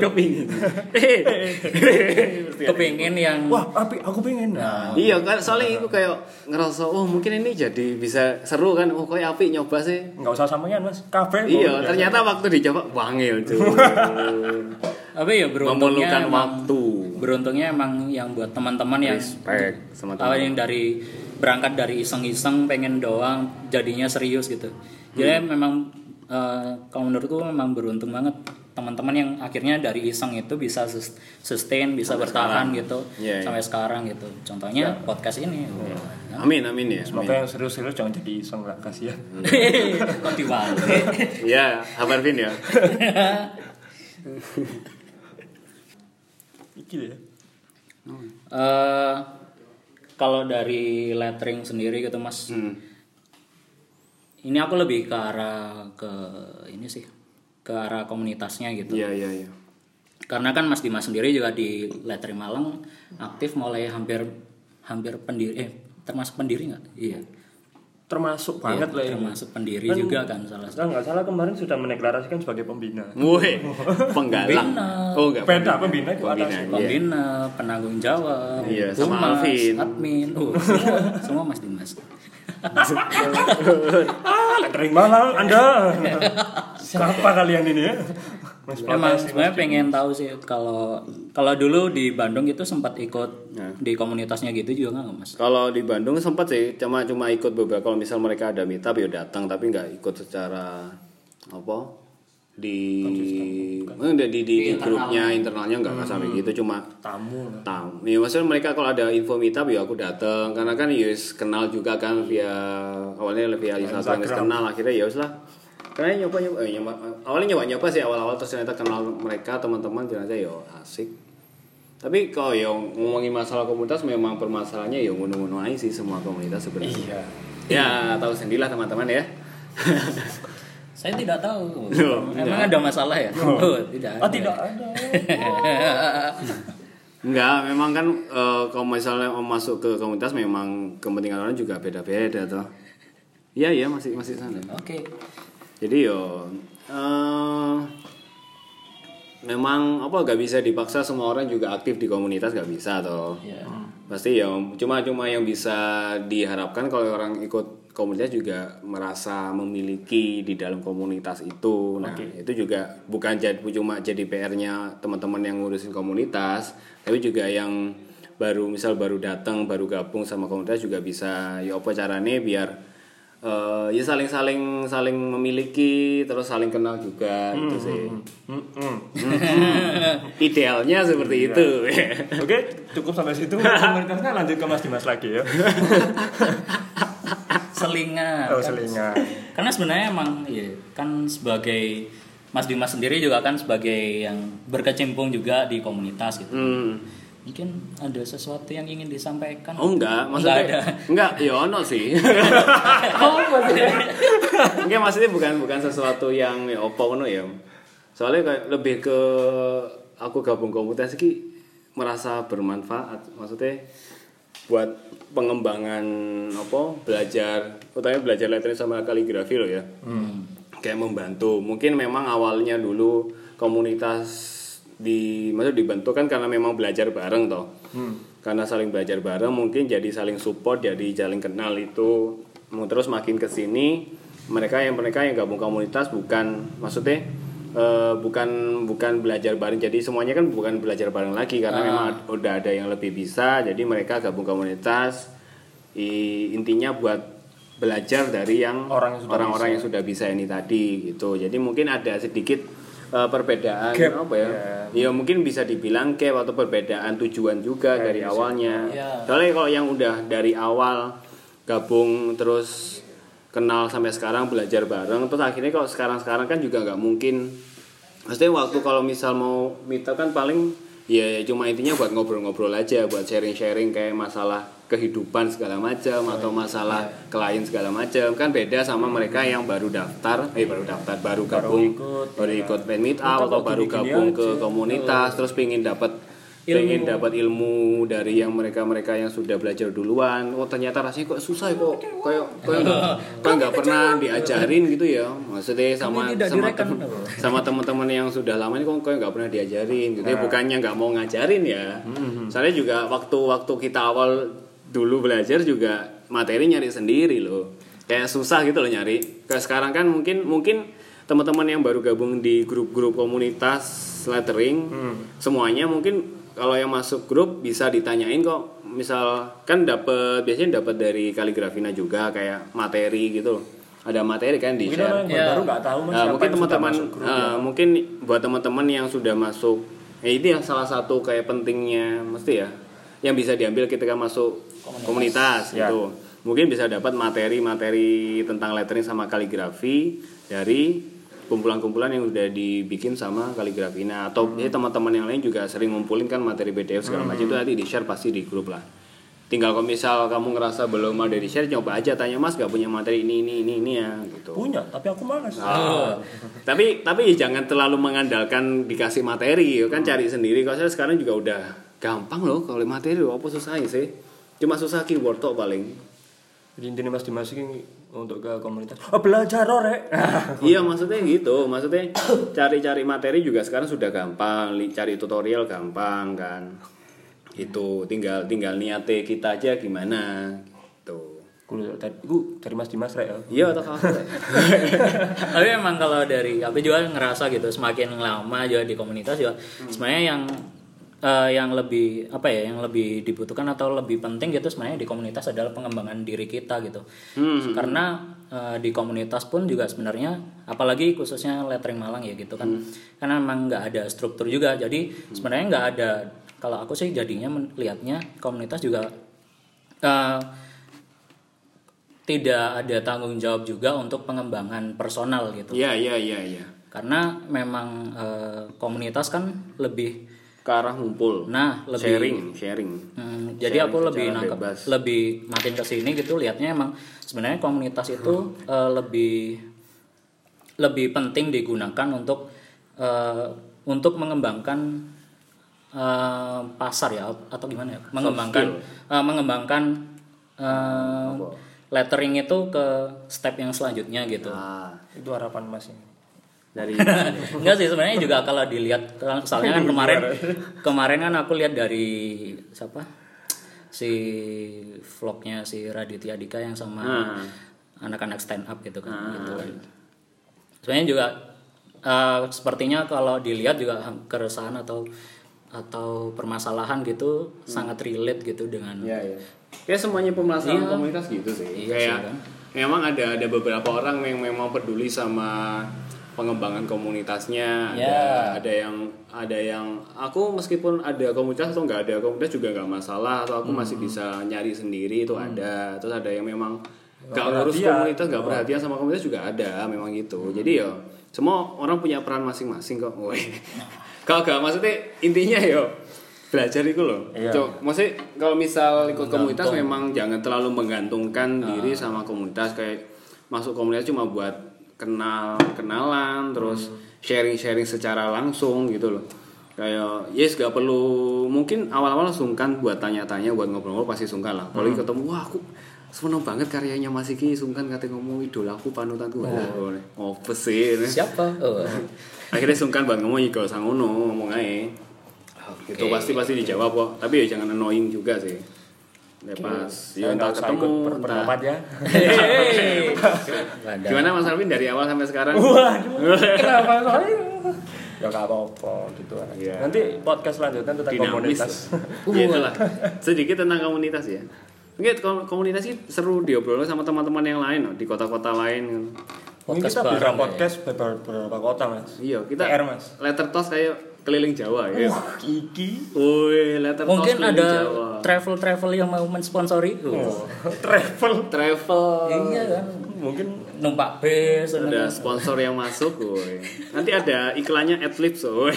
Kepingin yang aku pengen. Iya kan soalnya itu kayak ngerasa mungkin ini jadi bisa seru kan. Kayak api nyoba sih. Enggak usah sampean Mas. Kabeh. Iya, ternyata waktu dicoba wangil tuh. Apa ya memerlukan waktu. Beruntungnya emang yang buat teman-teman yang respect sama teman. Yang berangkat dari iseng-iseng pengen doang jadinya serius gitu. Jadi memang kalau menurutku memang beruntung banget teman-teman yang akhirnya dari iseng itu bisa sustain, bisa sampai bertahan sekarang. Gitu sampai sekarang gitu. Contohnya podcast ini. Amin ya. Semoga yang serius-serius jangan jadi iseng lah, kasihan. Kok diwale. Iya, kabar Vin ya. Iki ya. Kalau dari lettering sendiri gitu Mas. Ini aku lebih ke arah ke arah komunitasnya gitu. Iya. Karena kan Mas Dimas sendiri juga di Lettering Malang aktif mulai hampir pendiri termasuk pendiri nggak? Iya. Termasuk banget lah ini. Termasuk pendiri kan, juga kan salah satu. Nggak salah kemarin sudah mendeklarasikan sebagai pembina. Woi, penggalang. Oh enggak. Beda pembina itu atas. Pembina, penanggung jawab, iya, sama Alvin, admin. Semua Mas Dimas. Lettering Malang Anda. Siapa kalian ini ya? Emang sebenarnya pengen tahu sih kalau dulu di Bandung itu sempat ikut di komunitasnya gitu juga nggak Mas? Kalau di Bandung sempat sih cuma ikut beberapa. Kalau misal mereka ada meetup ya datang tapi nggak ikut secara di grupnya internalnya nggak sampai gitu, cuma tamu. Ya maksudnya mereka kalau ada info meetup ya aku datang karena kan Yus kenal juga kan awalnya via Instagram kenal, akhirnya ya lah karena awalnya nyoba sih awal terus ternyata kenal mereka teman-teman ternyata ya asik. Tapi kalau yang ngomongin masalah komunitas memang permasalahannya ya ngono-ngono aja sih semua komunitas sebenarnya. Iya. Ya tahu sendirilah teman-teman ya. Saya tidak tahu. Emang ada masalah ya? Tidak ada. Tidak ada. Enggak, memang kan kalau misalnya masuk ke komunitas memang kepentingan orang juga beda-beda toh. Iya masih sana. Oke. Jadi memang gak bisa dipaksa semua orang juga aktif di komunitas, gak bisa toh. Yeah. Pasti ya cuma yang bisa diharapkan kalau orang ikut komunitas juga merasa memiliki di dalam komunitas itu. Nah, itu juga bukan cuma jadi PR-nya teman-teman yang ngurusin komunitas, tapi juga yang baru datang, baru gabung sama komunitas juga bisa ya apa caranya biar ya saling memiliki terus saling kenal juga gitu sih. Idealnya seperti itu. Oke, cukup sampai situ. Komunitasnya lanjut ke Mas Dimas lagi ya. Selingan. Karena sebenarnya emang ya kan sebagai Mas Dimas sendiri juga kan sebagai yang berkecimpung juga di komunitas gitu. Mungkin ada sesuatu yang ingin disampaikan? Oh enggak, maksudnya enggak, ya ono sih. Enggak, maksudnya bukan sesuatu yang opo ngono ya. Soalnya kayak lebih ke aku gabung komunitas iki merasa bermanfaat, maksudnya buat pengembangan belajar lettering sama kaligrafi loh ya. Kayak membantu. Mungkin memang awalnya dulu komunitas dibentuk kan karena memang belajar bareng toh. Karena saling belajar bareng mungkin jadi saling support, jadi saling kenal itu. Terus makin kesini mereka yang gabung komunitas bukan belajar bareng, jadi semuanya kan bukan belajar bareng lagi karena memang udah ada yang lebih bisa, jadi mereka gabung komunitas intinya buat belajar dari orang-orang yang sudah bisa ini tadi gitu. Jadi mungkin ada sedikit perbedaan gap. Ya mungkin bisa dibilang gap atau perbedaan tujuan juga dari awalnya. Soalnya kalau yang udah dari awal gabung terus kenal sampai sekarang belajar bareng, terus akhirnya kalau sekarang kan juga nggak mungkin. Maksudnya waktu kalau misal mau meet up kan paling ya cuma intinya buat ngobrol-ngobrol aja, buat sharing-sharing kayak masalah kehidupan segala macam atau masalah klien segala macam. Kan beda sama mereka yang baru ikut meet up atau baru gabung ke komunitas terus pengen dapat ilmu dari yang mereka yang sudah belajar duluan. Oh ternyata rasanya kok susah kok kayak nggak pernah diajarin gitu ya. Maksudnya sama teman-teman yang sudah lama ini kok nggak pernah diajarin gitu. Bukannya nggak mau ngajarin ya. Soalnya juga waktu kita awal dulu belajar juga materi nyari sendiri loh. Kayak susah gitu loh nyari. Kayak sekarang kan mungkin teman-teman yang baru gabung di grup-grup komunitas lettering semuanya mungkin kalau yang masuk grup bisa ditanyain kok, misal kan biasanya dapat dari Kaligrafina juga kayak materi gitu. Ada materi kan di share. Baru nggak tahu mungkin teman-teman mungkin buat teman-teman yang sudah masuk, ini yang salah satu kayak pentingnya mesti ya, yang bisa diambil ketika masuk komunitas gitu. Mungkin bisa dapat materi-materi tentang lettering sama kaligrafi dari kumpulan-kumpulan yang udah dibikin sama Kaligrafina atau teman-teman yang lain juga sering ngumpulin kan materi PDF segala macam itu nanti di share pasti di grup lah. Tinggal kalau misal kamu ngerasa belum ada di share, coba aja tanya Mas gak punya materi ini ya gitu. Punya, tapi aku malas. Tapi jangan terlalu mengandalkan dikasih materi, kan cari sendiri. Kalau saya sekarang juga udah gampang loh kalau materi apa susahnya sih. Cuma susah keyword tok paling. Jadi intinya Mas Dimas ini untuk ke komunitas belajar rek. Iya maksudnya gitu, maksudnya cari materi juga sekarang sudah gampang, cari tutorial gampang kan. Itu tinggal niate kita aja gimana gitu. Dari Mas Dimas rek. Iya atau apa? Tapi emang kalau dari aku juga ngerasa gitu semakin lama juga di komunitas juga sebenarnya yang yang lebih yang lebih dibutuhkan atau lebih penting gitu sebenarnya di komunitas adalah pengembangan diri kita gitu. Karena di komunitas pun juga sebenarnya apalagi khususnya lettering Malang ya gitu kan, karena memang nggak ada struktur juga, jadi sebenarnya nggak ada, kalau aku sih jadinya melihatnya komunitas juga tidak ada tanggung jawab juga untuk pengembangan personal gitu. Iya. Karena memang komunitas kan lebih ke arah ngumpul. Nah, lebih sharing. Jadi Sharing aku lebih nangkep, bebas. lebih makin ke sini gitu lihatnya emang sebenarnya komunitas itu lebih penting digunakan untuk mengembangkan pasar ya atau gimana ya? Mengembangkan lettering itu ke step yang selanjutnya gitu. Itu harapan Mas ini. Dari Enggak sih sebenarnya juga kalau dilihat, soalnya kan kemarin kan aku lihat dari siapa si vlognya si Raditya Dika yang sama anak-anak stand up gitu kan. Gitu kan. Sebenarnya juga sepertinya kalau dilihat juga keresahan atau permasalahan gitu sangat relate gitu dengan ya semuanya permasalahan komunitas gitu sih. Kayak kan? memang ada beberapa orang yang memang peduli sama pengembangan komunitasnya. Ada yang aku meskipun ada komunitas atau nggak ada komunitas juga nggak masalah, atau aku masih bisa nyari sendiri itu ada. Terus ada yang memang nggak ngurus komunitas, nggak perhatian sama komunitas juga ada, memang gitu. Jadi ya semua orang punya peran masing-masing kok. Kalau nggak, maksudnya intinya ya belajar itu loh. Maksudnya kalau misal ikut komunitas memang jangan terlalu menggantungkan diri sama komunitas, kayak masuk komunitas cuma buat kenalan terus sharing secara langsung gitu loh. Kayak gak perlu, mungkin awal-awal sungkan buat tanya-tanya, buat ngobrol-ngobrol pasti sungkan lah. Kalau ketemu, wah aku seneng banget karyanya Mas Iki, sungkan katanya ngomong idolaku, panutanku. Apa sih? Siapa? Akhirnya sungkan buat ngomong, gak usah ngomong aja. Itu pasti dijawab kok. Tapi ya jangan annoying juga sih. Lepas ya entar ketemu berpendapat ya. Gimana Mas Alvin dari awal sampai sekarang? Waduh, kenapa soalnya? Ya gak apa-apa gitu aja. Nanti podcast selanjutnya tentang komunitas. Ya itulah. Sedikit tentang komunitas ya. Mungkin komunitas sih seru diobrol sama teman-teman yang lain loh, di kota-kota lain. Mungkin kita bisa podcast beberapa kota Mas. Iya, kita PR Mas. Letter Talks kayak keliling Jawa ya. Kiki. Woi, Letter Talks Mungkin keliling ada Jawa. travel yang mau mensponsori. Travel. Iya kan. Mungkin Numpak bis. Ada sponsor yang masuk, woi. Nanti ada iklannya Adlibs, woi.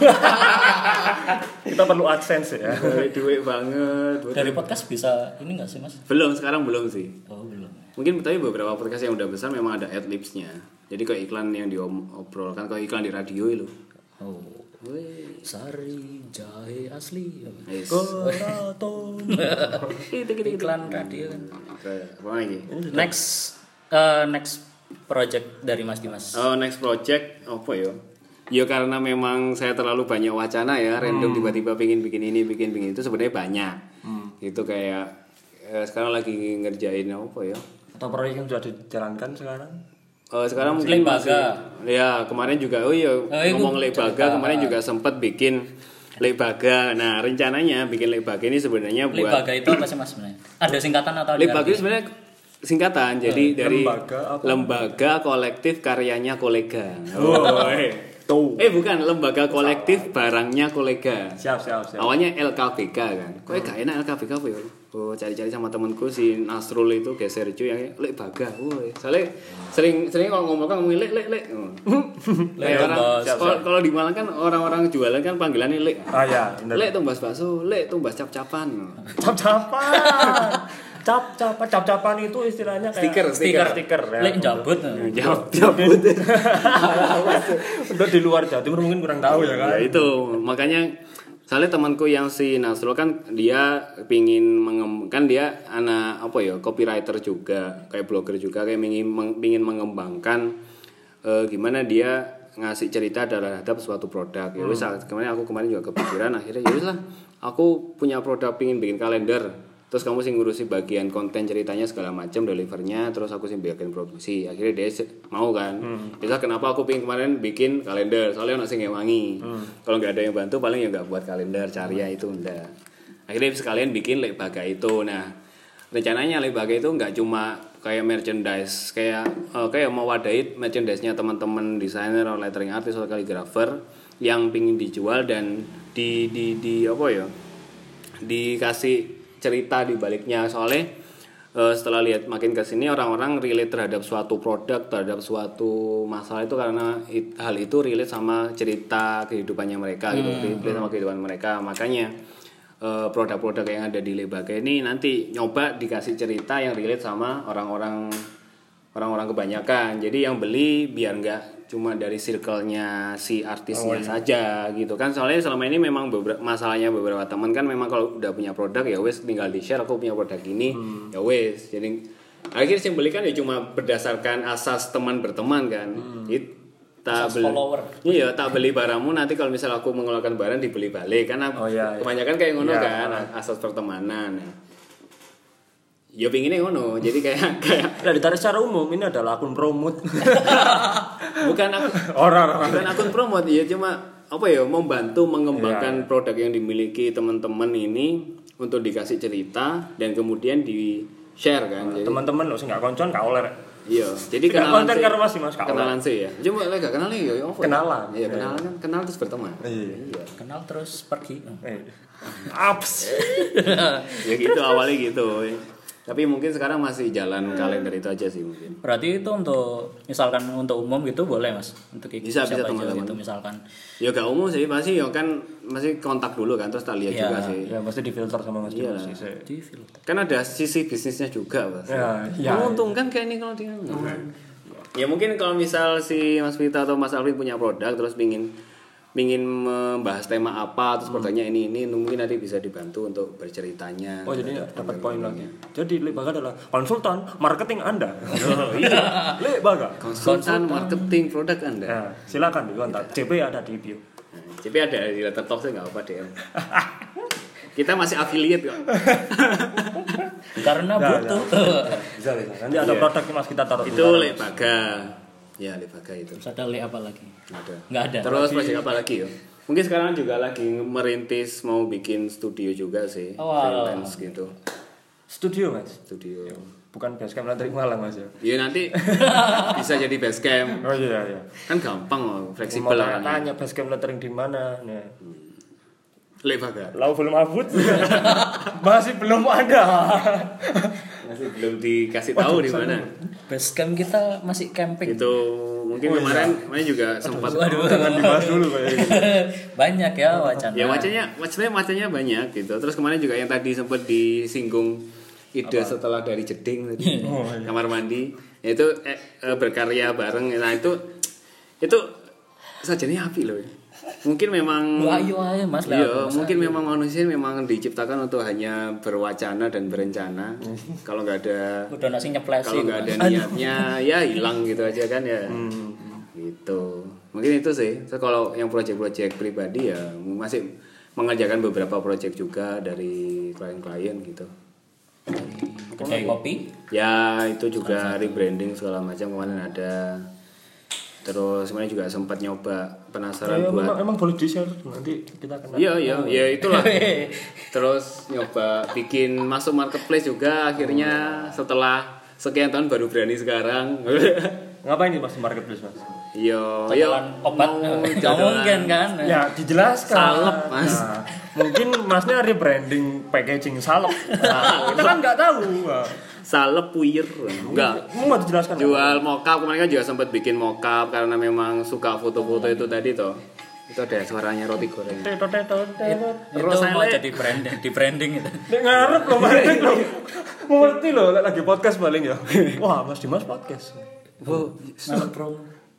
kita perlu AdSense ya. Duit banget. Dari podcast bisa ini nggak sih Mas? Sekarang belum sih. Oh belum. Mungkin tapi beberapa podcast yang udah besar memang ada adlibs-nya. Jadi kayak iklan yang diobrolkan, kayak iklan di radio itu. Oh. Sari jahe asli. Keraton. Iklan radio kan. Apa lagi? Next project dari Mas Dimas. Oh, next project apa ya? Ya karena memang saya terlalu banyak wacana ya, random tiba-tiba pengen bikin ini, bikin itu sebenarnya banyak. Itu kayak sekarang lagi ngerjain apa ya? Atau proyek yang sudah dijalankan sekarang? Sekarang mungkin Lebaga. Ya kemarin juga ngomong Lebaga, kemarin juga sempat bikin Lebaga. Nah rencananya bikin Lebaga ini sebenarnya buat Lebaga itu apa sih Mas sebenarnya? Ada singkatan atau Lebaga itu sebenarnya singkatan, jadi dari lembaga apa? Lembaga Kolektif Karyanya Kolega. Tuh. Bukan, Lembaga Kolektif Barangnya Kolega. Siap. Awalnya LKBK kan. Kok gak enak LKBK apa ya? Cari-cari sama temanku si Nasrul itu geser cuy yang Lebaga. Soalnya sering kalau ngomongin lek. Kalau di Malang kan orang-orang jualan kan panggilannya lek. Ah ya, benar. Lek tumbas bakso, lek tumbas cap-capan. Cap-capan itu istilahnya kayak stiker ya. Lek jabut. Jabut. Udah di luar Jawa Timur mungkin kurang tahu ya kan. Ya itu, makanya soalnya temanku yang si Nasrul kan dia pingin kan dia anak copywriter juga, kayak blogger juga, kayak pingin mengembangkan gimana dia ngasih cerita terhadap suatu produk. Ya wis kemarin juga kepikiran, akhirnya ya wis lah, aku punya produk, pingin bikin kalender. terus kamu sih ngurusi bagian konten ceritanya segala macam, delivernya, terus aku sih bagian produksi. Akhirnya dia mau kan. Bisa kenapa aku pengen kemarin bikin kalender, soalnya ono sing ngewangi. Kalau nggak ada yang bantu paling ya nggak buat kalender, Carya itu ndak. Akhirnya sekalian bikin Lebaga itu. Nah, rencananya Lebaga itu nggak cuma kayak merchandise, kayak mewadahi merchandise-nya teman-teman desainer, lettering artist atau kaligrafer yang pingin dijual dan di apa ya? Dikasih cerita di baliknya. Soalnya setelah lihat makin kesini orang-orang relate terhadap suatu produk, terhadap suatu masalah itu karena hal itu relate sama cerita kehidupannya mereka gitu, relate sama kehidupan mereka. Makanya produk-produk yang ada di Lebaga ini nanti nyoba dikasih cerita yang relate sama orang-orang kebanyakan. Jadi yang beli biar nggak cuma dari circle-nya si artisnya saja gitu kan. Soalnya selama ini memang masalahnya beberapa teman kan memang kalau udah punya produk ya wes tinggal di-share, aku punya produk ini ya wes. Jadi akhirnya yang beli kan ya cuma berdasarkan asas teman berteman kan. Tak beli, iya tak beli barangmu nanti kalau misal aku mengeluarkan barang dibeli balik karena kebanyakan kayak ngono kan asas pertemanan. Ya pinginnya ngono, jadi kayak ditarik secara umum ini adalah akun promote. bukan akun promote ya, cuma apa ya, membantu mengembangkan produk yang dimiliki teman-teman ini untuk dikasih cerita dan kemudian di share kan. Jadi teman-teman lo sih nggak koncon nggak oleh. Iya, jadi kenalan sih ya. Cuma gak kenal ya kenalan. Iya, kenal terus berteman. Iya. Kenal terus pergi. Aps. Ya gitu awalnya gitu. Tapi mungkin sekarang masih jalan kalender itu aja sih mungkin. Berarti itu untuk misalkan untuk umum gitu boleh Mas? Untuk bisa teman-teman gitu misalkan. Ya gak umum sih, pasti ya kan masih kontak dulu kan terus tak lihat juga sih. Ya mesti difilter sama Mas Dimas sih. Difilter. Kan ada sisi bisnisnya juga, Mas. Ya. Menguntungkan kayak ini kalau dia. Ya mungkin kalau misal si Mas Vita atau Mas Alvin punya produk terus pingin membahas tema apa terus produknya ini mungkin nanti bisa dibantu untuk berceritanya. Oh jadi dapat poin lagi. Jadi Lebaga adalah konsultan marketing Anda. Lebaga konsultan marketing produk Anda. Nah, silakan dikontak. JP ada di bio. JP ada di Letter Talk nggak apa DM. Kita masih affiliate kok. Karena butuh. Bisa. Nanti ada produknya Mas kita taruh. Itu Lebaga. Ya, Lebaga itu. Terus ada apa lagi? Nggak ada. Terus project apa lagi yo? Mungkin sekarang juga lagi merintis mau bikin studio juga sih. Freelance gitu. Studio Mas? Studio. Bukan basecamp Lettering Malang Mas ya? Iya nanti bisa jadi basecamp. Oh iya. Kan gampang fleksibel lah. Tanya basecamp Lettering di mana? Nah. Lebaga. Lau belum abut. Masih belum ada. Masih belum dikasih tahu di mana. Basecamp kita masih camping. Itu mungkin kemarin juga sempat. Jangan dibahas dulu kayak gitu. Banyak ya wacana. Ya wacananya banyak gitu. Terus kemarin juga yang tadi sempat disinggung ide setelah dari jeding tadi. Kamar mandi. Yaitu berkarya bareng. Nah itu sajanya api loh. Mungkin memang ayo Mas. Iya, mungkin memang manusia memang diciptakan untuk hanya berwacana dan berencana. Kalau nggak ada udah nasi nyeplesin. Kalau nggak ada niatnya ya hilang gitu aja kan ya. Gitu. Mungkin itu sih. So, kalau yang proyek-proyek pribadi ya masih mengerjakan beberapa proyek juga dari klien-klien gitu. Kedai kopi? Ya, itu juga rebranding segala macam kemarin ada. Terus sebenarnya juga sempat nyoba penasaran buat emang boleh di-share nanti kita kenal. Iya itulah. Terus nyoba bikin masuk marketplace juga akhirnya setelah sekian tahun baru berani sekarang. Ngapain nih Mas marketplace Mas? Iya obat mungkin kan. Ya dijelaskan. Salep Mas. Nah, mungkin Masnya rebranding packaging salep. Nah, kita kan nggak tahu. Salep puyer enggak mau dijelaskan jual mockup kemarin kan juga sempat bikin mockup karena memang suka foto-foto itu tadi toh itu ada suaranya roti goreng terus mau jadi branding itu ngarep loh balik loh mau ngerti loh lagi podcast paling ya wah Mas Dimas podcast ngarep promo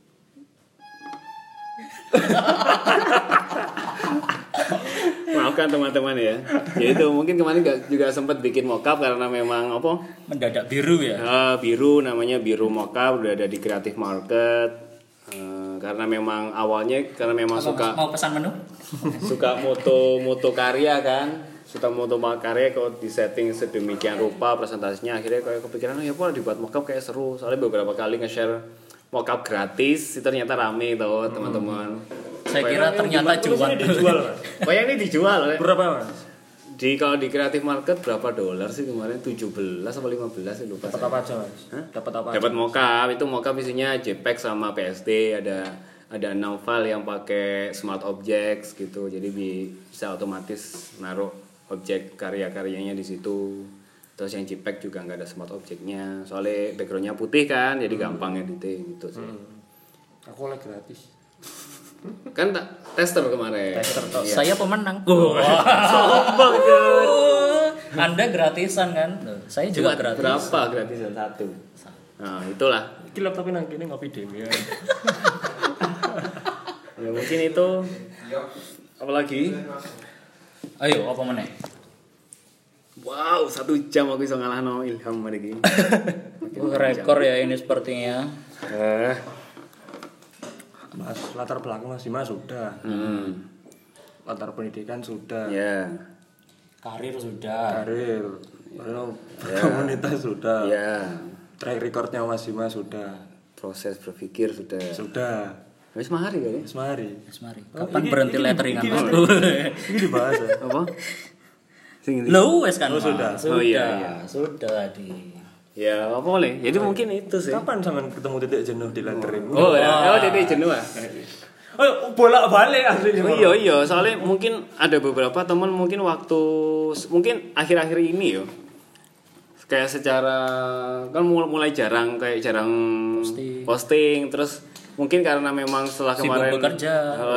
maafkan teman-teman ya itu mungkin kemarin juga sempat bikin mockup karena memang apa mendadak biru ya biru namanya biru mockup udah ada di Creative Market karena memang awalnya suka mau pesan menu suka moto karya kan foto karya kok di setting sedemikian rupa presentasinya, akhirnya kayak kepikiran ya apa dibuat mockup kayak seru. Soalnya beberapa kali nge-share mockup gratis itu ternyata rame tuh teman-teman. Saya kira ternyata cuan. Dijual. Kayak ini dijual. Berapa Mas? Kalau di Creative Market berapa dolar sih kemarin? 17 atau 15 sih lupa. Dapat apa aja Mas? Dapat apa? Dapat mockup, itu mockup isinya JPEG sama PSD, ada 6 file yang pakai Smart Objects gitu. Jadi bisa otomatis naruh objek karya-karyanya di situ. Terus yang JPEG juga nggak ada Smart Objectnya. Soalnya backgroundnya putih kan, jadi gampang editing gitu sih. Aku lagi gratis. Kan tester kemarin. Tester Iya. Saya pemenang. Sombong kan. Anda gratisan kan? Saya juga gratis. Berapa gratisan? 1. Nah, itulah. Iki laptop nang kene ngopi dhewe. Ya mungkin itu. Apalagi? Ayo, apa meneh? Wow, 1 jam aku bisa ngalahno Ilham hari ini. Rekor ya ini sepertinya. Mas, latar belakang Mas sudah. Latar pendidikan sudah. Ya. Karir sudah. Karir. Komunitas sudah. Ya. Track recordnya Mas sudah. Proses berpikir sudah. Sudah. Wis mahari kali. Wis mari. Mari. Kapan berhenti letteringan ini- Mas? Ini dibahas ya. Apa? Sing ini. Lo wes kan? Oh, sudah. Mas? Oh, iya. Sudah tadi. Ya, apa boleh. Jadi mungkin itu sih. Kapan sampean ketemu titik jenuh di lettering? Oh, ya. Oh, titik jenuh ah. Oh, bolak-balik aslinya. Oh iya, soalnya mungkin ada beberapa teman mungkin mungkin akhir-akhir ini yo. Kayak secara kan mulai jarang posting terus mungkin karena memang setelah Sibuk kemarin bekerja.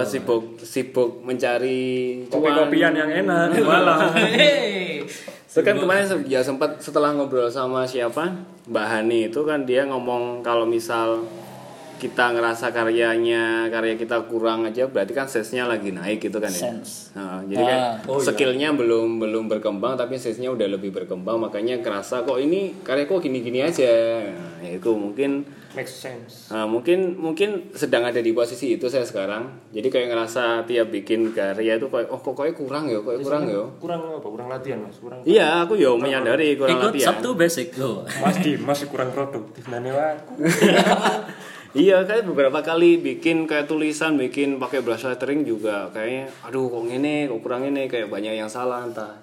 sibuk mencari Kopi-kopian yang enak di malam. Hei. Itu kan kemarin ya sempat setelah ngobrol sama siapa Mbak Hani itu kan dia ngomong kalau misal kita ngerasa karya kita kurang aja berarti kan sensenya lagi naik gitu kan ya. Sense. Nah, jadi kan skillnya belum berkembang tapi sensenya udah lebih berkembang makanya kerasa kok ini karyaku gini-gini aja. Nah, ya itu mungkin Make sense. mungkin sedang ada di posisi itu saya sekarang. Jadi kayak ngerasa tiap bikin karya itu kayak kok kurang ya, kurang ya. Kurang apa? Kurang latihan Mas. Kurang. Iya, aku yo menyadari kurang Ikut latihan. Sabtu basic lo. Mas Dimas kurang produktif nane aku. Iya, kayak beberapa kali bikin kayak tulisan, bikin pakai brush lettering juga kayaknya aduh kok ngene, kok kurang ini kayak banyak yang salah entah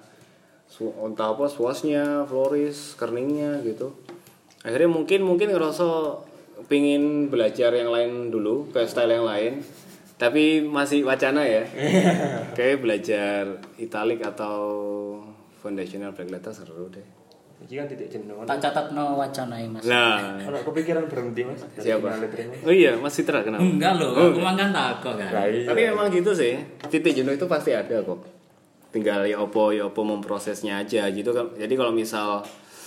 apa swasnya, floris, kerningnya gitu. Akhirnya mungkin ngerasa pingin belajar yang lain dulu, kayak style yang lain. Tapi masih wacana ya. Kayak belajar italic atau foundational black letter seru deh. Iki kan titik jenuh. Tak catat no wacana Mas. Lah, Ana kepikiran berhenti Mas. siapa? Lettering. Oh iya, Mas Citra kenapa? Enggak loh, aku makan takut kan. Lah iya. Tapi memang gitu sih. Titik jenuh itu pasti ada kok. Tinggal ya opo memprosesnya aja gitu kan. Jadi kalau misal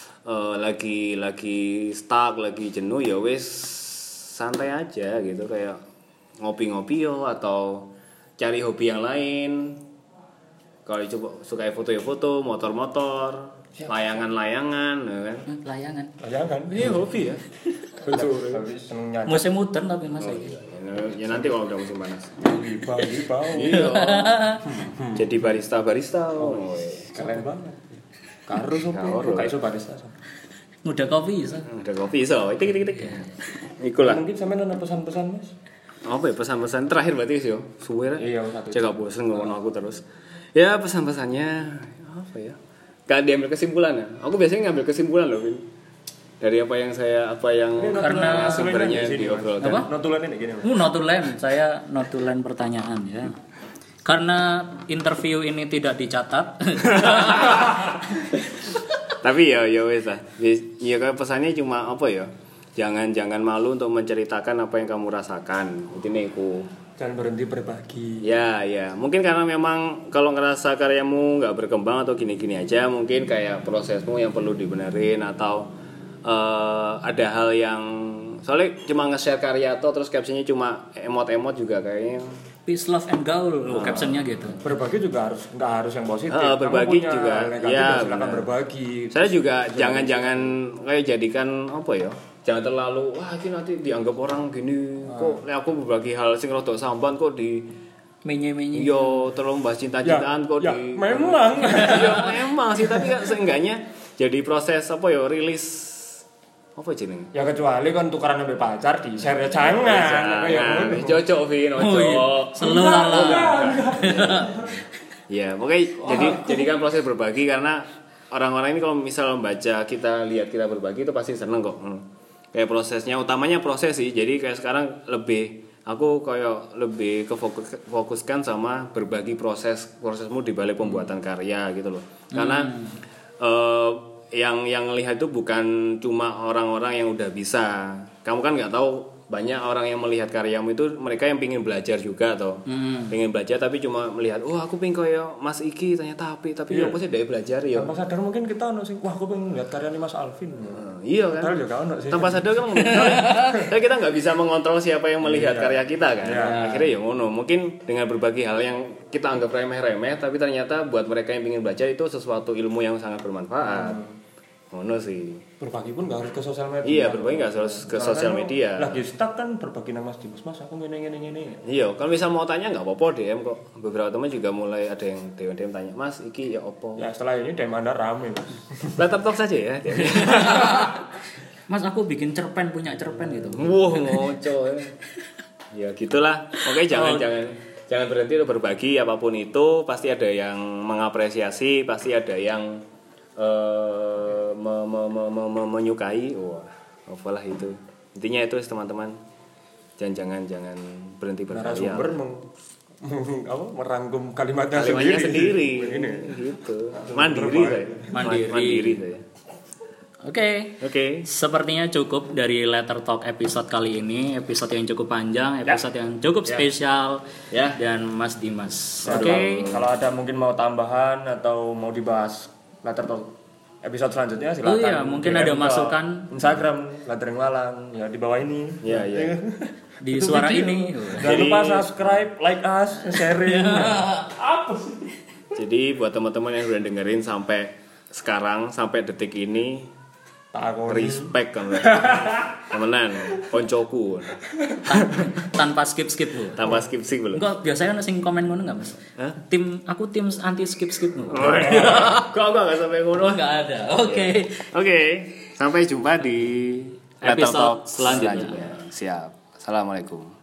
lagi stuck, lagi jenuh ya wes santai aja gitu kayak ngopi-ngopi yo atau cari hobi yang lain. Kalau coba suka foto ya foto, motor-motor, layangan-layangan ya kan. Layangan. Layangan. Ini hobi ya. Tapi seneng nyanyi. Musim muter tapi Mas iki. Ya nanti kalau udah musim panas. Bau. Iya. Jadi barista. Oh, Keren banget. Karo sopo? Kok iso barista. Muda kopi bisa. ada kopi so. Tik. Ikulah. Mungkin sampean ana pesan-pesan Mas. Apa ya pesan-pesan terakhir berarti sih yo. Suwe lah. Iya, satu. Cek gak bosen ngomong aku terus. Ya pesan-pesannya apa ya? Gak diambil kesimpulan ya. Aku biasanya ngambil kesimpulan loh, Vin. Dari apa yang Karena sumbernya diobrolkan. Apa? Notulannya nih gini Mas. Notulen, saya notulen pertanyaan ya. Karena interview ini tidak dicatat. Tapi ya wes lah. Ya kayak pesannya cuma apa ya? Jangan malu untuk menceritakan apa yang kamu rasakan. Intinya itu. Jangan berhenti berbagi. Ya. Mungkin karena memang kalau ngerasa karyamu nggak berkembang atau gini-gini aja, mungkin kayak prosesmu yang perlu dibenerin atau ada hal yang soalnya cuma nge-share karya atau terus captionnya cuma emot-emot juga kayaknya. Peace, love, and gaul, captionnya gitu. Berbagi juga nggak harus yang positif. Berbagi Kamu punya juga. hal negatif, Ya, silakan benar. berbagi. Saya juga jangan kayak jadikan apa ya? Jangan terlalu wah ini nanti dianggap orang gini. Kok aku berbagi hal sing rada sampan kok menye-menye. Yo, tolong bahas cinta-cintaan kok ya, di memang. Ya memang sih, tapi kan seenggaknya jadi proses apa ya, rilis apa jeneng? Ya kecuali kan tukaran sampai pacar di share jangan. Kayak ngono. Cocok Vin, ojo. Selalu lah. Ya, pokoknya jadi kan proses berbagi, karena orang-orang ini kalau misal membaca kita lihat kita berbagi itu pasti seneng kok. Kayak prosesnya, utamanya proses sih. Jadi kayak sekarang aku kayak lebih fokuskan sama berbagi prosesmu di balik pembuatan karya gitu loh. Karena yang lihat itu bukan cuma orang-orang yang udah bisa. Kamu kan nggak tahu, banyak orang yang melihat karyamu itu mereka yang pingin belajar juga toh. Pengen belajar tapi cuma melihat, aku pengen kayak Mas Iki ternyata tapi ya apa sih dari belajar ya. Tanpa sadar mungkin kita sing wah aku pengen lihat karyanya Mas Alvin. Iya kan. Tanpa sadar kan kita nggak bisa mengontrol siapa yang melihat karya kita kan. Akhirnya ya ngono. Mungkin dengan berbagi hal yang kita anggap remeh-remeh, tapi ternyata buat mereka yang ingin belajar itu sesuatu ilmu yang sangat bermanfaat. Ngono sih. Berbagi pun nggak harus ke sosial media. Iya, berbagi nggak harus ke sosial media. Lagi stuck kan berbagi nama Mas Dimas, Mas aku ngene. Iya, kalau misal mau tanya nggak apa-apa DM kok. Beberapa teman juga mulai ada yang DM tanya, Mas, iki ya opo. Ya setelah ini DM Anda rame. Letter talk saja ya. Mas aku bikin punya cerpen gitu. Wah, ngoco. Ya gitulah. Oke, jangan berhenti untuk berbagi apapun itu. Pasti ada yang mengapresiasi, pasti ada yang menyukai. Wah, apalah itu. Intinya itu teman-teman. Jangan berhenti berkarya. Narasumber merangkum kalimatnya sendiri. Gitu. Mandiri saya. Oke. Sepertinya cukup dari Letter Talk episode kali ini. Episode yang cukup panjang, episode yang cukup spesial. Dan Mas Dimas. Oke. Kalau ada mungkin mau tambahan atau mau dibahas Letter Talk episode selanjutnya silakan. Oh iya, mungkin ada masukan Instagram Latering Malang ya di bawah ini. Iya. Di suara ini. Jangan lupa subscribe, like us, sharing. Apa sih? Jadi buat teman-teman yang udah dengerin sampai sekarang, sampai detik ini, respect kan temenan koncoku tanpa skip lu. Tanpa skip belum. Enggak, biasanya ada sing komen ngono enggak, Mas? Hah? Tim anti skip lu. Kok enggak sampai ngono? Enggak ada. Oke. Sampai jumpa di episode selanjutnya. Siap. Assalamualaikum.